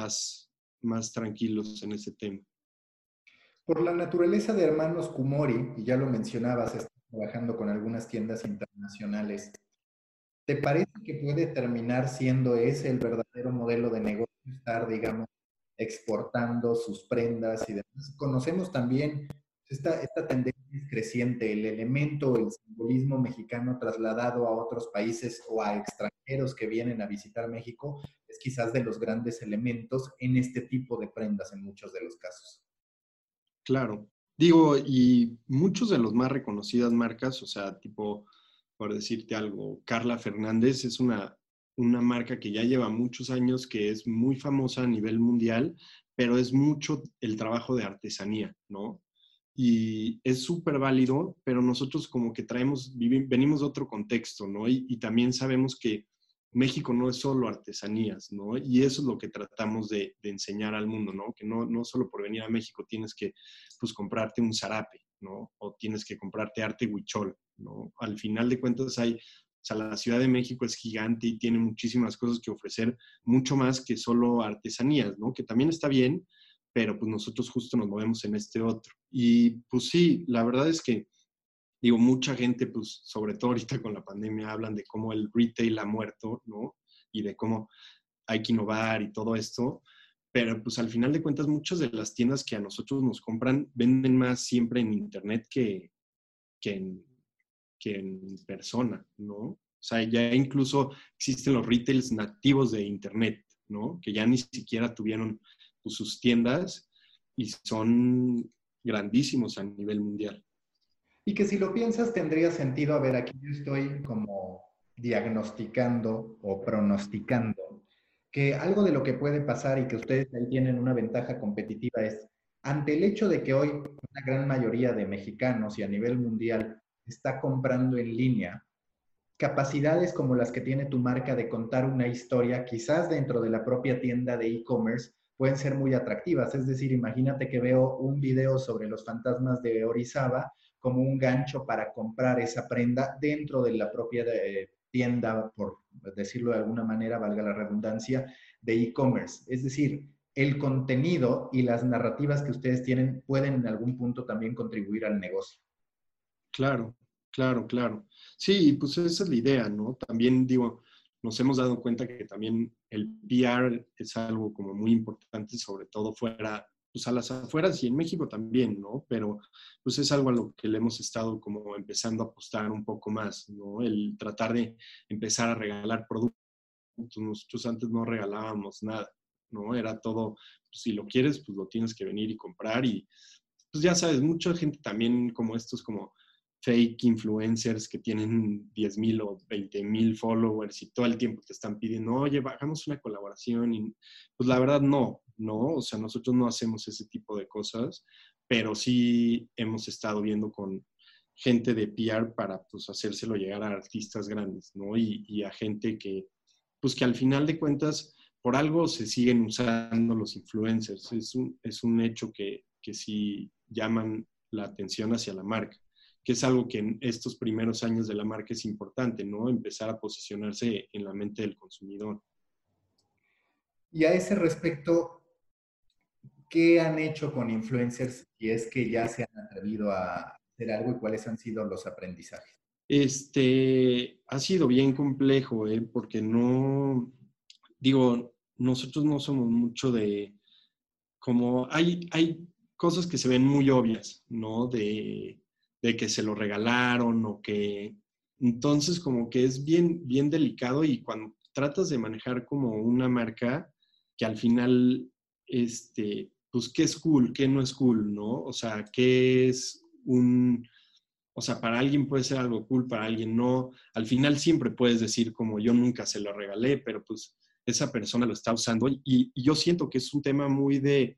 más tranquilos en ese tema. Por la naturaleza de Hermanos Kumori, y ya lo mencionabas, estás trabajando con algunas tiendas internacionales, ¿te parece que puede terminar siendo ese el verdadero modelo de negocio, estar, digamos, exportando sus prendas y demás? Conocemos también esta tendencia creciente, el elemento, el simbolismo mexicano trasladado a otros países o a extranjeros que vienen a visitar México, es quizás de los grandes elementos en este tipo de prendas en muchos de los casos. Claro. Digo, y muchos de los más reconocidas marcas, o sea, tipo, por decirte algo, Carla Fernández es una marca que ya lleva muchos años, que es muy famosa a nivel mundial, pero es mucho el trabajo de artesanía, ¿no? Y es súper válido, pero nosotros como que venimos de otro contexto, ¿no? Y también sabemos que México no es solo artesanías, ¿no? Y eso es lo que tratamos de enseñar al mundo, ¿no? Que no solo por venir a México tienes que, pues, comprarte un zarape, ¿no? O tienes que comprarte arte huichol, ¿no? Al final de cuentas o sea, la Ciudad de México es gigante y tiene muchísimas cosas que ofrecer, mucho más que solo artesanías, ¿no? Que también está bien, pero pues nosotros justo nos movemos en este otro. Y pues sí, la verdad es que digo, mucha gente, pues, sobre todo ahorita con la pandemia, hablan de cómo el retail ha muerto, ¿no? Y de cómo hay que innovar y todo esto. Pero, pues, al final de cuentas, muchas de las tiendas que a nosotros nos compran venden más siempre en internet que en persona, ¿no? O sea, ya incluso existen los retails nativos de internet, ¿no? Que ya ni siquiera tuvieron pues, sus tiendas y son grandísimos a nivel mundial. Y que si lo piensas tendría sentido, a ver, aquí yo estoy como diagnosticando o pronosticando que algo de lo que puede pasar y que ustedes ahí tienen una ventaja competitiva es, ante el hecho de que hoy una gran mayoría de mexicanos y a nivel mundial está comprando en línea, capacidades como las que tiene tu marca de contar una historia, quizás dentro de la propia tienda de e-commerce, pueden ser muy atractivas. Es decir, imagínate que veo un video sobre los fantasmas de Orizaba como un gancho para comprar esa prenda dentro de la propia tienda, por decirlo de alguna manera, valga la redundancia, de e-commerce. Es decir, el contenido y las narrativas que ustedes tienen pueden en algún punto también contribuir al negocio. Claro, claro, claro. Sí, pues esa es la idea, ¿no? También digo, nos hemos dado cuenta que también el PR es algo como muy importante, sobre todo fuera, pues a las afueras y en México también, ¿no? Pero pues es algo a lo que le hemos estado como empezando a apostar un poco más, ¿no? El tratar de empezar a regalar productos. Nosotros antes no regalábamos nada, ¿no? Era todo, pues, si lo quieres, pues lo tienes que venir y comprar y pues ya sabes, mucha gente también como estos como fake influencers que tienen 10,000 o 20,000 followers y todo el tiempo te están pidiendo, oye, hagamos una colaboración. Y pues la verdad no, o sea, nosotros no hacemos ese tipo de cosas, pero sí hemos estado viendo con gente de PR para pues hacérselo llegar a artistas grandes, ¿no? Y a gente que, pues que al final de cuentas, por algo se siguen usando los influencers. Es un hecho que sí llaman la atención hacia la marca, que es algo que en estos primeros años de la marca es importante, ¿no? Empezar a posicionarse en la mente del consumidor. Y a ese respecto, ¿qué han hecho con influencers y es que ya se han atrevido a hacer algo y cuáles han sido los aprendizajes? Ha sido bien complejo, porque no, digo, nosotros no somos mucho de, como hay cosas que se ven muy obvias, ¿no? De que se lo regalaron o que, entonces como que es bien, bien delicado y cuando tratas de manejar como una marca que al final, pues, ¿qué es cool? ¿Qué no es cool? ¿No? O sea, ¿qué es o sea, para alguien puede ser algo cool, para alguien no. Al final siempre puedes decir como yo nunca se lo regalé, pero pues esa persona lo está usando y yo siento que es un tema muy de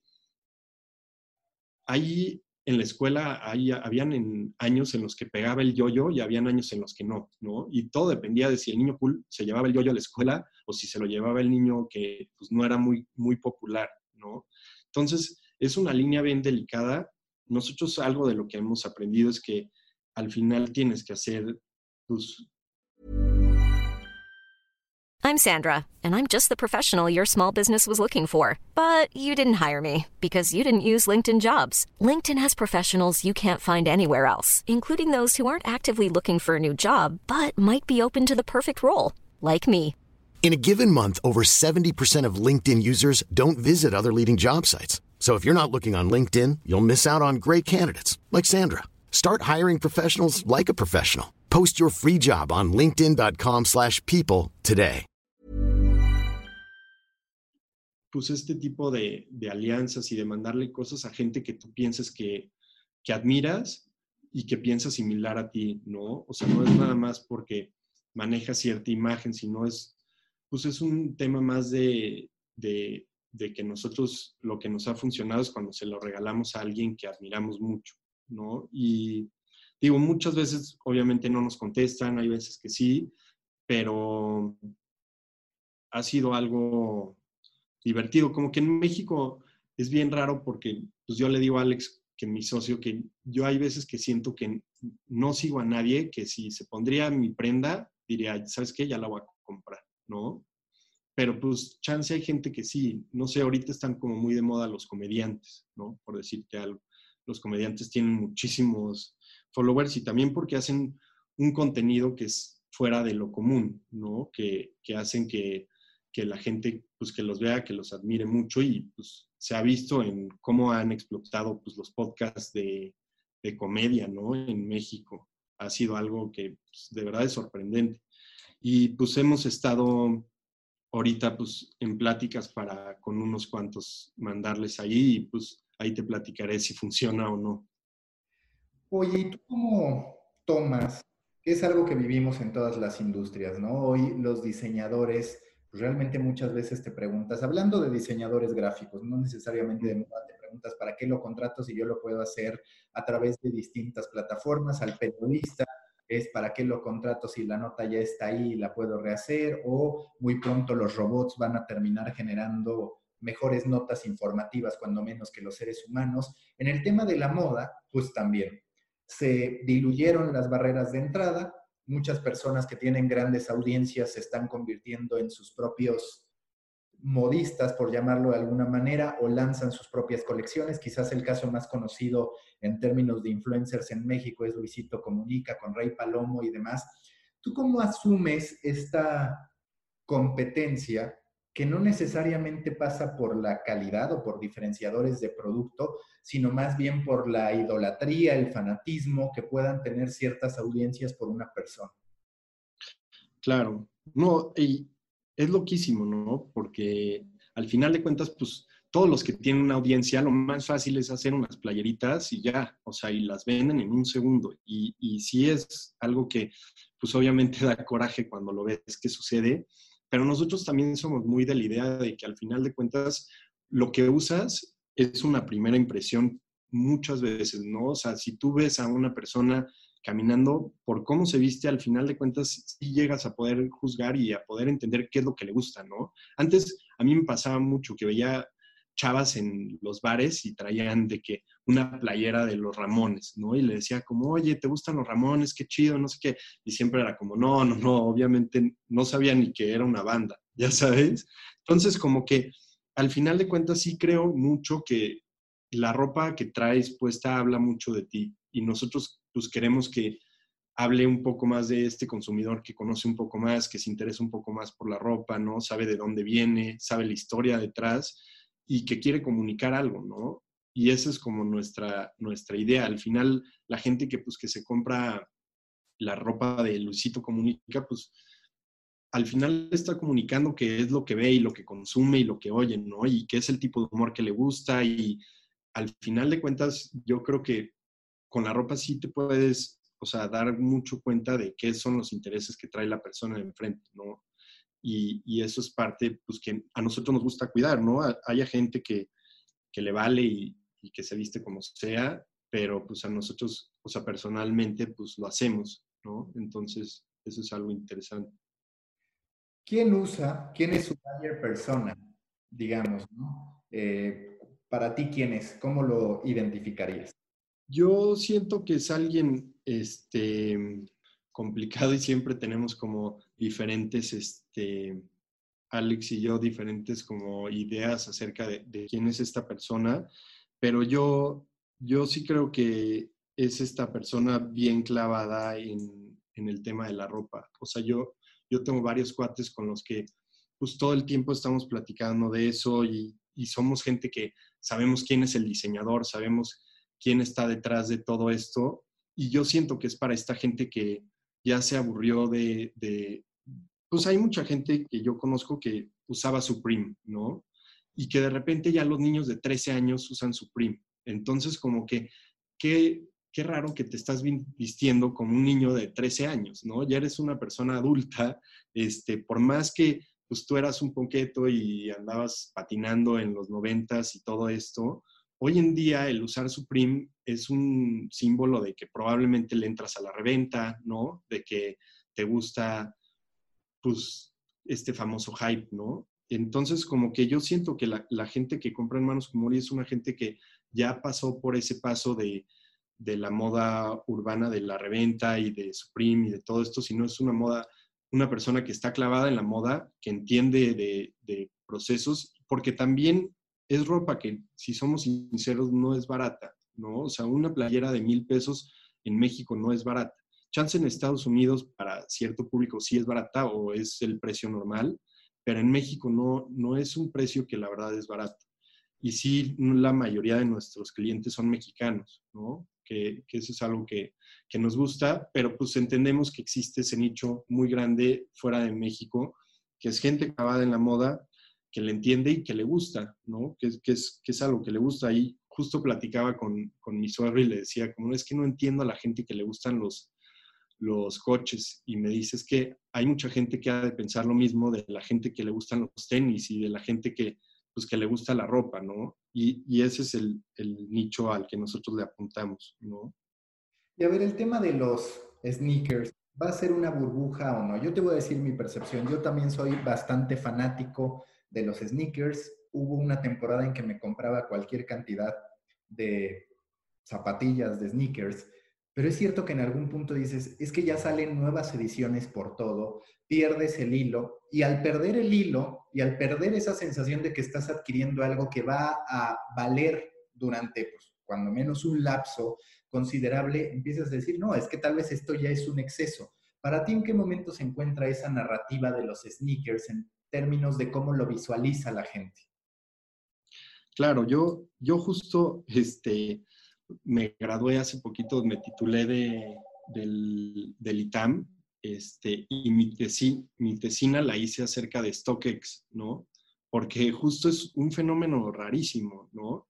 ahí en la escuela habían años en los que pegaba el yoyo y habían años en los que no, ¿no? Y todo dependía de si el niño cool se llevaba el yoyo a la escuela o si se lo llevaba el niño que pues, no era muy, muy popular, ¿no? Entonces, es una línea bien delicada. Nosotros algo de lo que hemos aprendido es que al final tienes que hacer tus... I'm Sandra, and I'm just the professional your small business was looking for. But you didn't hire me because you didn't use LinkedIn Jobs. LinkedIn has professionals you can't find anywhere else, including those who aren't actively looking for a new job, but might be open to the perfect role, like me. In a given month, over 70% of LinkedIn users don't visit other leading job sites. So if you're not looking on LinkedIn, you'll miss out on great candidates like Sandra. Start hiring professionals like a professional. Post your free job on linkedin.com/people today. Pues este tipo de alianzas y de mandarle cosas a gente que tú piensas que admiras y que piensa similar a ti, ¿no? O sea, no es nada más porque maneja cierta imagen, sino pues es un tema más de que nosotros lo que nos ha funcionado es cuando se lo regalamos a alguien que admiramos mucho, ¿no? Y digo, muchas veces obviamente no nos contestan, hay veces que sí, pero ha sido algo divertido. Como que en México es bien raro porque pues yo le digo a Alex, que mi socio, que yo hay veces que siento que no sigo a nadie, que si se pondría mi prenda, diría, ¿sabes qué? Ya la voy a comprar, ¿no? Pero pues chance hay gente que sí, no sé, ahorita están como muy de moda los comediantes, ¿no? Por decirte algo. Los comediantes tienen muchísimos followers y también porque hacen un contenido que es fuera de lo común, ¿no? Que hacen que la gente, pues, que los vea, que los admire mucho y, pues, se ha visto en cómo han explotado, pues, los podcasts de comedia, ¿no? En México. Ha sido algo que, pues, de verdad es sorprendente. Y, pues, hemos estado ahorita, pues, en pláticas para con unos cuantos mandarles ahí y, pues, ahí te platicaré si funciona o no. Oye, ¿y tú cómo tomas? Que es algo que vivimos en todas las industrias, ¿no? Hoy los diseñadores, pues realmente muchas veces te preguntas, hablando de diseñadores gráficos, no necesariamente de moda, te preguntas, ¿para qué lo contrato si yo lo puedo hacer a través de distintas plataformas? Al periodista es, ¿para qué lo contrato si la nota ya está ahí y la puedo rehacer? O muy pronto los robots van a terminar generando mejores notas informativas, cuando menos que los seres humanos. En el tema de la moda, pues también se diluyeron las barreras de entrada, muchas personas que tienen grandes audiencias se están convirtiendo en sus propios modistas, por llamarlo de alguna manera, o lanzan sus propias colecciones. Quizás el caso más conocido en términos de influencers en México es Luisito Comunica con Rey Palomo y demás. ¿Tú cómo asumes esta competencia que no necesariamente pasa por la calidad o por diferenciadores de producto, sino más bien por la idolatría, el fanatismo que puedan tener ciertas audiencias por una persona? Claro, no, y es loquísimo, ¿no? Porque al final de cuentas, pues todos los que tienen una audiencia, lo más fácil es hacer unas playeritas y ya, o sea, y las venden en un segundo. Y sí es algo que, pues obviamente da coraje cuando lo ves que sucede, pero nosotros también somos muy de la idea de que al final de cuentas lo que usas es una primera impresión muchas veces, ¿no? O sea, si tú ves a una persona caminando, por cómo se viste, al final de cuentas sí llegas a poder juzgar y a poder entender qué es lo que le gusta, ¿no? Antes a mí me pasaba mucho que veía chavas en los bares y traían de que una playera de los Ramones, ¿no? Y le decía como, oye, ¿te gustan los Ramones? Qué chido, no sé qué. Y siempre era como, no, no, no, obviamente no sabía ni que era una banda, ya sabes. Entonces, como que al final de cuentas sí creo mucho que la ropa que traes puesta habla mucho de ti y nosotros pues queremos que hable un poco más de este consumidor que conoce un poco más, que se interesa un poco más por la ropa, ¿no? Sabe de dónde viene, sabe la historia detrás y que quiere comunicar algo, ¿no? Y esa es como nuestra idea. Al final, la gente que, pues, que se compra la ropa de Luisito Comunica, pues al final está comunicando qué es lo que ve y lo que consume y lo que oye, ¿no? Y qué es el tipo de humor que le gusta y al final de cuentas yo creo que con la ropa sí te puedes, o sea, dar mucho cuenta de qué son los intereses que trae la persona de enfrente, ¿no? Y eso es parte, pues, que a nosotros nos gusta cuidar, ¿no? Haya gente que le vale y que se viste como sea, pero pues a nosotros, o sea, personalmente, pues lo hacemos, ¿no? Entonces, eso es algo interesante. ¿Quién es su buyer persona, digamos, ¿no? Para ti, ¿quién es? ¿Cómo lo identificarías? Yo siento que es alguien complicado y siempre tenemos como diferentes, Alex y yo, diferentes como ideas acerca de quién es esta persona, pero yo sí creo que es esta persona bien clavada en el tema de la ropa. O sea, yo tengo varios cuates con los que pues todo el tiempo estamos platicando de eso y somos gente que sabemos quién es el diseñador, sabemos quién está detrás de todo esto. Y yo siento que es para esta gente que ya se aburrió pues hay mucha gente que yo conozco que usaba Supreme, ¿no? Y que de repente ya los niños de 13 años usan Supreme. Entonces, como que, qué raro que te estás vistiendo como un niño de 13 años, ¿no? Ya eres una persona adulta, por más que pues tú eras un poqueto y andabas patinando en los 90s y todo esto, hoy en día el usar Supreme es un símbolo de que probablemente le entras a la reventa, ¿no? De que te gusta, pues, este famoso hype, ¿no? Entonces, como que yo siento que la gente que compra en Manos con Mori es una gente que ya pasó por ese paso de la moda urbana, de la reventa y de Supreme y de todo esto, sino es una persona que está clavada en la moda, que entiende de procesos, porque también es ropa que, si somos sinceros, no es barata, ¿no? O sea, una playera de 1,000 pesos en México no es barata. Chance en Estados Unidos para cierto público sí es barata o es el precio normal, pero en México no es un precio que la verdad es barato. Y sí, la mayoría de nuestros clientes son mexicanos, ¿no? Que eso es algo que nos gusta, pero pues entendemos que existe ese nicho muy grande fuera de México, que es gente clavada en la moda, que le entiende y que le gusta, ¿no? Que es algo que le gusta. Y justo platicaba con mi suegro y le decía, como es que no entiendo a la gente que le gustan los coches, y me dices que hay mucha gente que ha de pensar lo mismo de la gente que le gustan los tenis y de la gente que le gusta la ropa, ¿no? Y ese es el nicho al que nosotros le apuntamos, ¿no? Y a ver, el tema de los sneakers, ¿va a ser una burbuja o no? Yo te voy a decir mi percepción. Yo también soy bastante fanático de los sneakers. Hubo una temporada en que me compraba cualquier cantidad de zapatillas, de sneakers, pero es cierto que en algún punto dices, es que ya salen nuevas ediciones por todo, pierdes el hilo, y al perder el hilo y al perder esa sensación de que estás adquiriendo algo que va a valer durante, pues, cuando menos un lapso considerable, empiezas a decir, no, es que tal vez esto ya es un exceso. ¿Para ti en qué momento se encuentra esa narrativa de los sneakers en términos de cómo lo visualiza la gente? Claro, yo justo me gradué hace poquito, me titulé del ITAM, y mi tesina la hice acerca de StockX, ¿no? Porque justo es un fenómeno rarísimo, ¿no?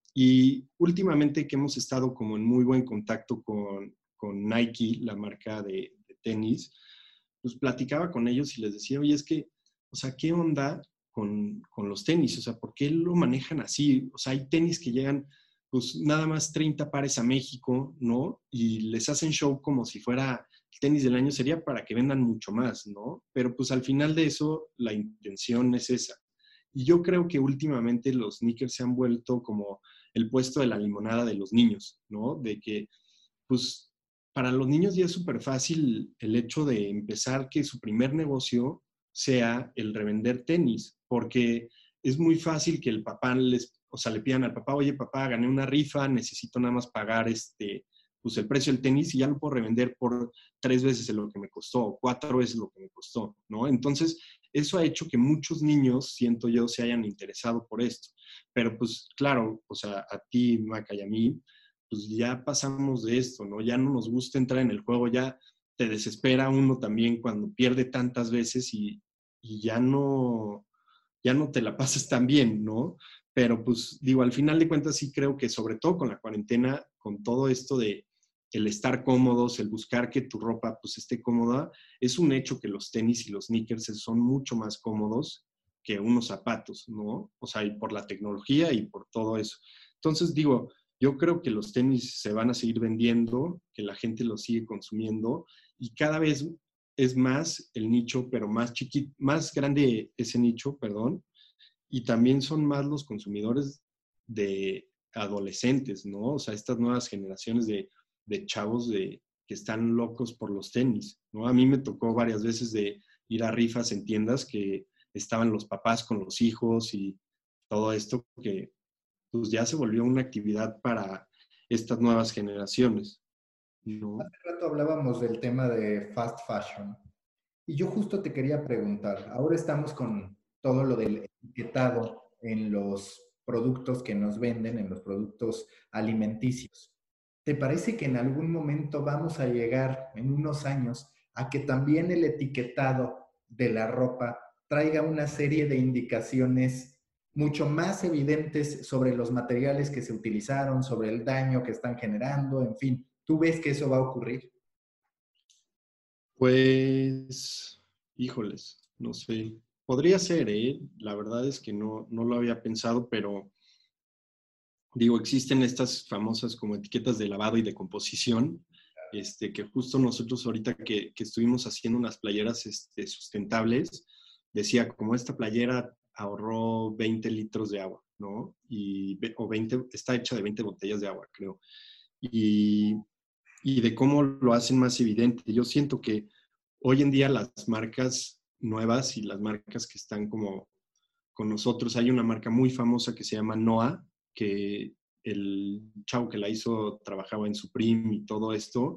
Y últimamente que hemos estado como en muy buen contacto con Nike, la marca de tenis, pues platicaba con ellos y les decía, oye, es que, o sea, ¿qué onda con los tenis? O sea, ¿por qué lo manejan así? O sea, hay tenis que llegan, pues nada más 30 pares a México, ¿no? Y les hacen show como si fuera el tenis del año, sería para que vendan mucho más, ¿no? Pero pues al final de eso, la intención es esa. Y yo creo que últimamente los sneakers se han vuelto como el puesto de la limonada de los niños, ¿no? De que, pues, para los niños ya es súper fácil el hecho de empezar que su primer negocio sea el revender tenis, porque es muy fácil que el papá le pidan al papá, oye, papá, gané una rifa, necesito nada más pagar pues el precio del tenis y ya lo puedo revender por 3 veces lo que me costó, o 4 veces lo que me costó, ¿no? Entonces, eso ha hecho que muchos niños, siento yo, se hayan interesado por esto. Pero pues claro, o sea, a ti, Maca, y a mí, pues ya pasamos de esto, ¿no? Ya no nos gusta entrar en el juego, ya te desespera uno también cuando pierde tantas veces y ya no te la pasas tan bien, ¿no? Pero pues digo, al final de cuentas sí creo que sobre todo con la cuarentena, con todo esto de el estar cómodos, el buscar que tu ropa pues esté cómoda, es un hecho que los tenis y los sneakers son mucho más cómodos que unos zapatos, ¿no? O sea, y por la tecnología y por todo eso. Entonces digo, yo creo que los tenis se van a seguir vendiendo, que la gente los sigue consumiendo y cada vez es más el nicho, pero más chiquito, más grande ese nicho, perdón, y también son más los consumidores de adolescentes, ¿no? O sea, estas nuevas generaciones de chavos que están locos por los tenis, ¿no? A mí me tocó varias veces de ir a rifas en tiendas que estaban los papás con los hijos y todo esto que pues ya se volvió una actividad para estas nuevas generaciones, ¿no? Hace rato hablábamos del tema de fast fashion y yo justo te quería preguntar, ahora estamos con todo lo del etiquetado en los productos que nos venden, en los productos alimenticios. ¿Te parece que en algún momento vamos a llegar, en unos años, a que también el etiquetado de la ropa traiga una serie de indicaciones mucho más evidentes sobre los materiales que se utilizaron, sobre el daño que están generando, en fin? ¿Tú ves que eso va a ocurrir? Pues, híjoles, no sé. Podría ser, ¿eh? La verdad es que no lo había pensado, pero digo, existen estas famosas como etiquetas de lavado y de composición, que justo nosotros ahorita que estuvimos haciendo unas playeras sustentables, decía como esta playera ahorró 20 litros de agua, ¿no? O 20, está hecha de 20 botellas de agua, creo. Y, y de cómo lo hacen más evidente. Yo siento que hoy en día las marcas nuevas y las marcas que están como con nosotros, hay una marca muy famosa que se llama Noah, que el chavo que la hizo trabajaba en Supreme y todo esto,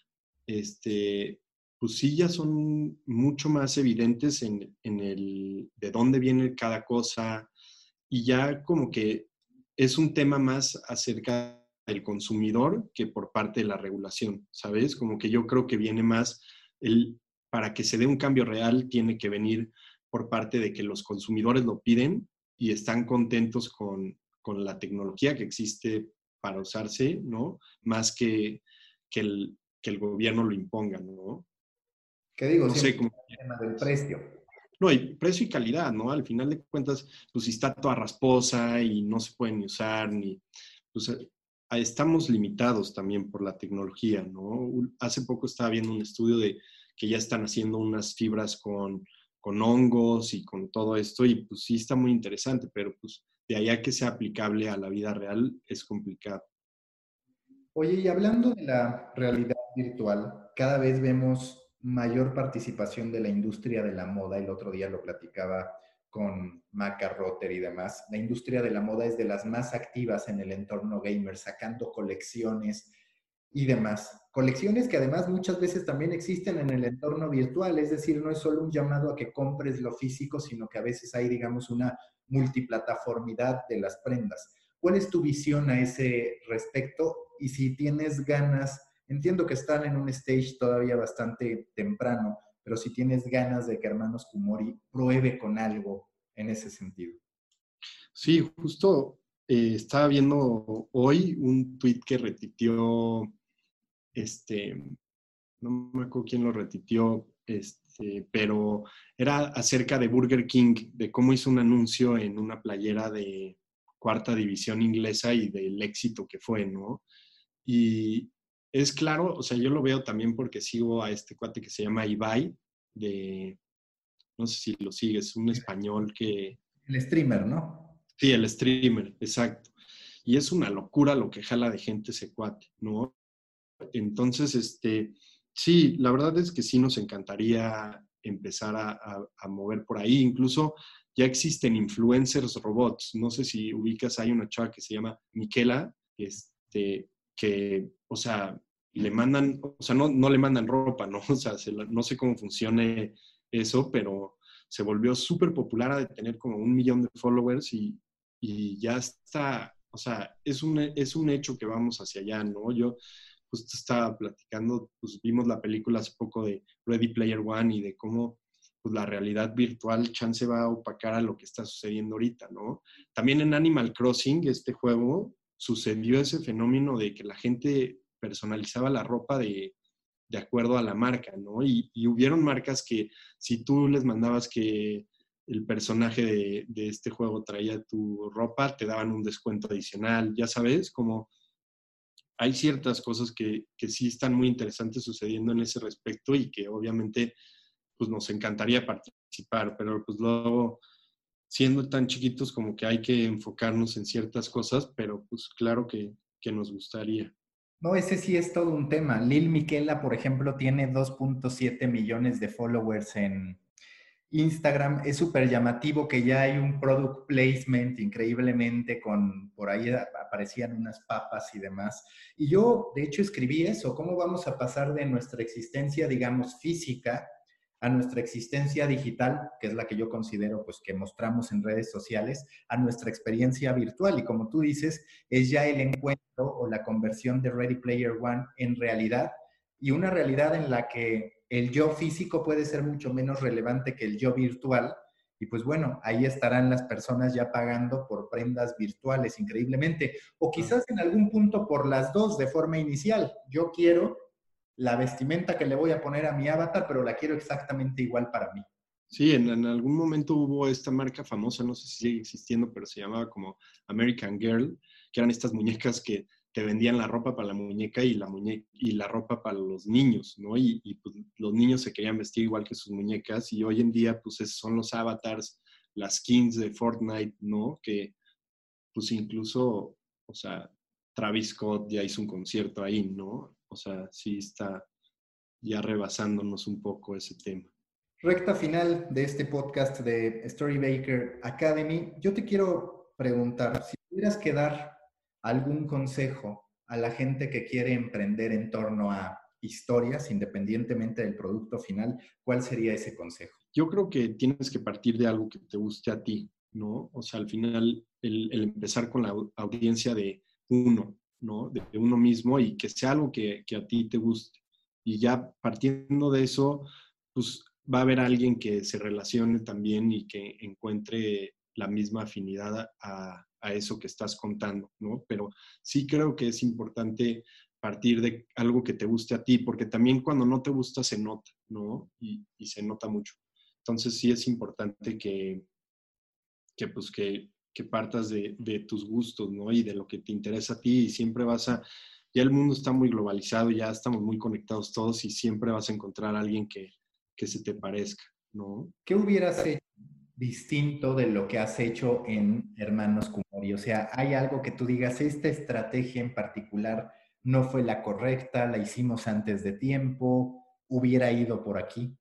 pues sí ya son mucho más evidentes en el de dónde viene cada cosa, y ya como que es un tema más acerca del consumidor que por parte de la regulación, ¿sabes? Como que yo creo que viene más, para que se dé un cambio real, tiene que venir por parte de que los consumidores lo piden y están contentos con la tecnología que existe para usarse, ¿no? Más que el gobierno lo imponga, ¿no? ¿Qué digo? No sé Siempre cómo. el tema del precio. No, y precio y calidad, ¿no? Al final de cuentas, pues si está toda rasposa y no se puede ni usar, pues estamos limitados también por la tecnología, ¿no? Hace poco estaba viendo un estudio de que ya están haciendo unas fibras con hongos y con todo esto, y pues sí está muy interesante, pero pues de allá que sea aplicable a la vida real es complicado. Oye, y hablando de la realidad virtual, cada vez vemos mayor participación de la industria de la moda. El otro día lo platicaba con Maca Rotter y demás. La industria de la moda es de las más activas en el entorno gamer, sacando colecciones y demás. Colecciones que además muchas veces también existen en el entorno virtual, es decir, no es solo un llamado a que compres lo físico, sino que a veces hay, digamos, una multiplataformidad de las prendas. ¿Cuál es tu visión a ese respecto? Y si tienes ganas, entiendo que están en un stage todavía bastante temprano, pero si tienes ganas de que Hermanos Kumori pruebe con algo en ese sentido. Sí, justo estaba viendo hoy un tweet que retuiteó, no me acuerdo quién lo retuiteó, pero era acerca de Burger King, de cómo hizo un anuncio en una playera de cuarta división inglesa y del éxito que fue, ¿no? Y es claro, o sea, yo lo veo también porque sigo a este cuate que se llama Ibai, no sé si lo sigues, un español que... El streamer, ¿no? Sí, el streamer, exacto. Y es una locura lo que jala de gente ese cuate, ¿no? Entonces, sí, la verdad es que sí nos encantaría empezar a mover por ahí. Incluso ya existen influencers robots. No sé si ubicas, hay una chava que se llama Miquela, que, o sea, le mandan, o sea, no le mandan ropa, ¿no? O sea, no sé cómo funcione eso, pero se volvió súper popular a de tener como 1 millón de followers y ya está, o sea, es un hecho que vamos hacia allá, ¿no? Yo justo estaba platicando, pues vimos la película hace poco de Ready Player One y de cómo pues, la realidad virtual chance va a opacar a lo que está sucediendo ahorita, ¿no? También en Animal Crossing, este juego, sucedió ese fenómeno de que la gente personalizaba la ropa de acuerdo a la marca, ¿no? Y hubieron marcas que si tú les mandabas que el personaje de este juego traía tu ropa, te daban un descuento adicional, ya sabes, como hay ciertas cosas que sí están muy interesantes sucediendo en ese respecto y que obviamente pues nos encantaría participar, pero pues luego siendo tan chiquitos como que hay que enfocarnos en ciertas cosas, pero pues claro que nos gustaría. No, ese sí es todo un tema. Lil Miquela, por ejemplo, tiene 2.7 millones de followers en Instagram. Es súper llamativo que ya hay un product placement increíblemente con, por ahí aparecían unas papas y demás. Y yo, de hecho, escribí eso, cómo vamos a pasar de nuestra existencia, digamos, física a nuestra existencia digital, que es la que yo considero pues que mostramos en redes sociales, a nuestra experiencia virtual. Y como tú dices, es ya el encuentro o la conversión de Ready Player One en realidad, y una realidad en la que el yo físico puede ser mucho menos relevante que el yo virtual. Y pues bueno, ahí estarán las personas ya pagando por prendas virtuales increíblemente. O quizás en algún punto por las dos de forma inicial. Yo quiero la vestimenta que le voy a poner a mi avatar, pero la quiero exactamente igual para mí. Sí, en algún momento hubo esta marca famosa, no sé si sigue existiendo, pero se llamaba como American Girl, que eran estas muñecas que te vendían la ropa para la muñeca y la ropa para los niños, ¿no? Y pues, los niños se querían vestir igual que sus muñecas y hoy en día pues esos son los avatars, las skins de Fortnite, ¿no? Que pues incluso, o sea, Travis Scott ya hizo un concierto ahí, ¿no? O sea, sí está ya rebasándonos un poco ese tema. Recta final de este podcast de Storybaker Academy. Yo te quiero preguntar, si tuvieras que dar algún consejo a la gente que quiere emprender en torno a historias, independientemente del producto final, ¿cuál sería ese consejo? Yo creo que tienes que partir de algo que te guste a ti, ¿no? O sea, al final, el empezar con la audiencia de uno, ¿no? De uno mismo y que sea algo que a ti te guste. Y ya partiendo de eso, pues va a haber alguien que se relacione también y que encuentre la misma afinidad a eso que estás contando, ¿no? Pero sí creo que es importante partir de algo que te guste a ti, porque también cuando no te gusta se nota, ¿no? Y se nota mucho. Entonces sí es importante que partas de tus gustos, ¿no? Y de lo que te interesa a ti y siempre ya el mundo está muy globalizado, ya estamos muy conectados todos y siempre vas a encontrar a alguien que se te parezca, ¿no? ¿Qué hubieras hecho distinto de lo que has hecho en Hermanos Kumori? O sea, ¿hay algo que tú digas, esta estrategia en particular no fue la correcta, la hicimos antes de tiempo, hubiera ido por aquí?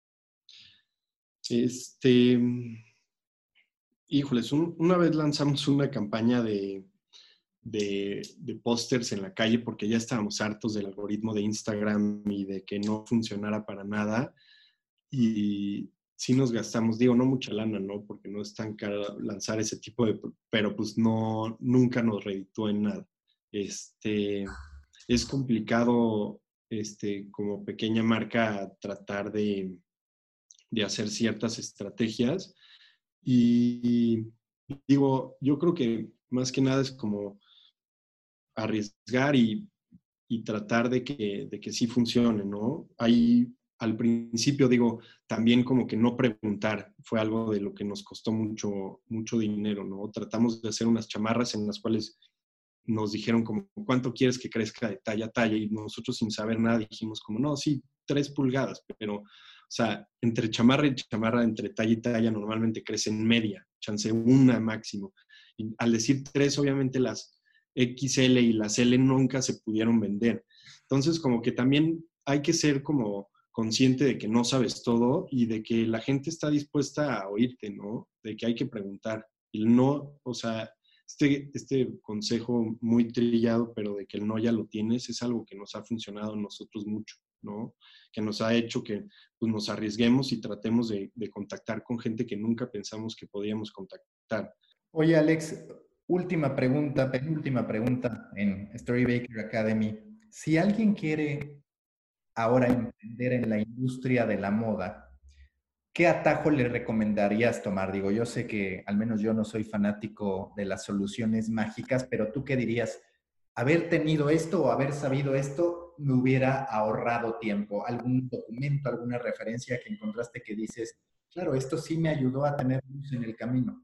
Híjoles, una vez lanzamos una campaña de pósters en la calle porque ya estábamos hartos del algoritmo de Instagram y de que no funcionara para nada. Y sí nos gastamos, digo, no mucha lana, ¿no? Porque no es tan caro lanzar ese tipo pero pues no, nunca nos redituó en nada. Es complicado, como pequeña marca tratar de hacer ciertas estrategias y digo, yo creo que más que nada es como arriesgar y tratar de que sí funcione, ¿no? Ahí al principio, digo, también como que no preguntar fue algo de lo que nos costó mucho, mucho dinero, ¿no? Tratamos de hacer unas chamarras en las cuales nos dijeron como, ¿cuánto quieres que crezca de talla a talla? Y nosotros sin saber nada dijimos como, no, sí, 3 pulgadas, pero, o sea, entre chamarra y chamarra, entre talla y talla, normalmente crece en media, chance una máximo. Y al decir 3, obviamente las XL y las L nunca se pudieron vender. Entonces, como que también hay que ser como consciente de que no sabes todo y de que la gente está dispuesta a oírte, ¿no? De que hay que preguntar. Y no, o sea, este consejo muy trillado, pero de que el no ya lo tienes, es algo que nos ha funcionado a nosotros mucho, ¿no? Que nos ha hecho que pues, nos arriesguemos y tratemos de contactar con gente que nunca pensamos que podíamos contactar. Oye, Alex, última pregunta, penúltima pregunta en Storybaker Academy. Si alguien quiere ahora emprender en la industria de la moda, ¿qué atajo le recomendarías tomar? Digo, yo sé que al menos yo no soy fanático de las soluciones mágicas, pero ¿tú qué dirías? Haber tenido esto o haber sabido esto me hubiera ahorrado tiempo. ¿Algún documento, alguna referencia que encontraste que dices, claro, esto sí me ayudó a tener luz en el camino?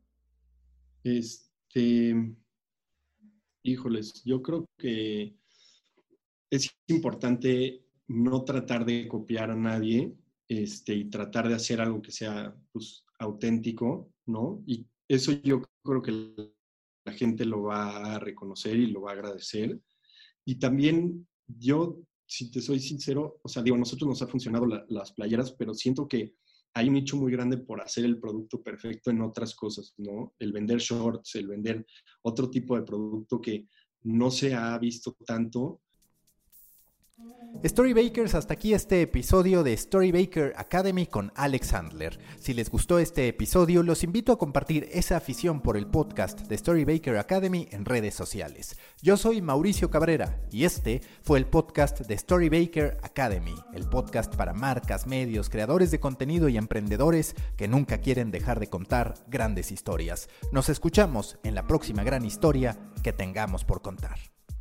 Híjoles, yo creo que es importante no tratar de copiar a nadie, y tratar de hacer algo que sea, pues, auténtico, ¿no? Y eso yo creo que la gente lo va a reconocer y lo va a agradecer. Y también yo, si te soy sincero, o sea, digo, a nosotros nos ha funcionado las playeras, pero siento que hay un nicho muy grande por hacer el producto perfecto en otras cosas, ¿no? El vender shorts, el vender otro tipo de producto que no se ha visto tanto. Storybakers, hasta aquí este episodio de Storybaker Academy con Alex Handler. Si les gustó este episodio, los invito a compartir esa afición por el podcast de Storybaker Academy en redes sociales. Yo soy Mauricio Cabrera y este fue el podcast de Storybaker Academy, el podcast para marcas, medios, creadores de contenido y emprendedores que nunca quieren dejar de contar grandes historias. Nos escuchamos en la próxima gran historia que tengamos por contar.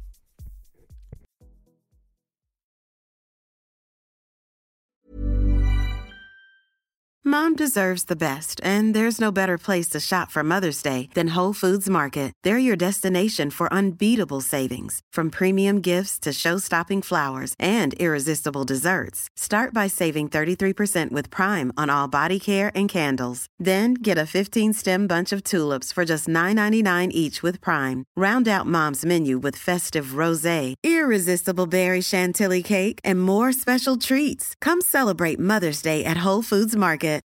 Mom deserves the best, and there's no better place to shop for Mother's Day than Whole Foods Market. They're your destination for unbeatable savings, from premium gifts to show-stopping flowers and irresistible desserts. Start by saving 33% with Prime on all body care and candles. Then get a 15-stem bunch of tulips for just $9.99 each with Prime. Round out Mom's menu with festive rosé, irresistible berry chantilly cake, and more special treats. Come celebrate Mother's Day at Whole Foods Market.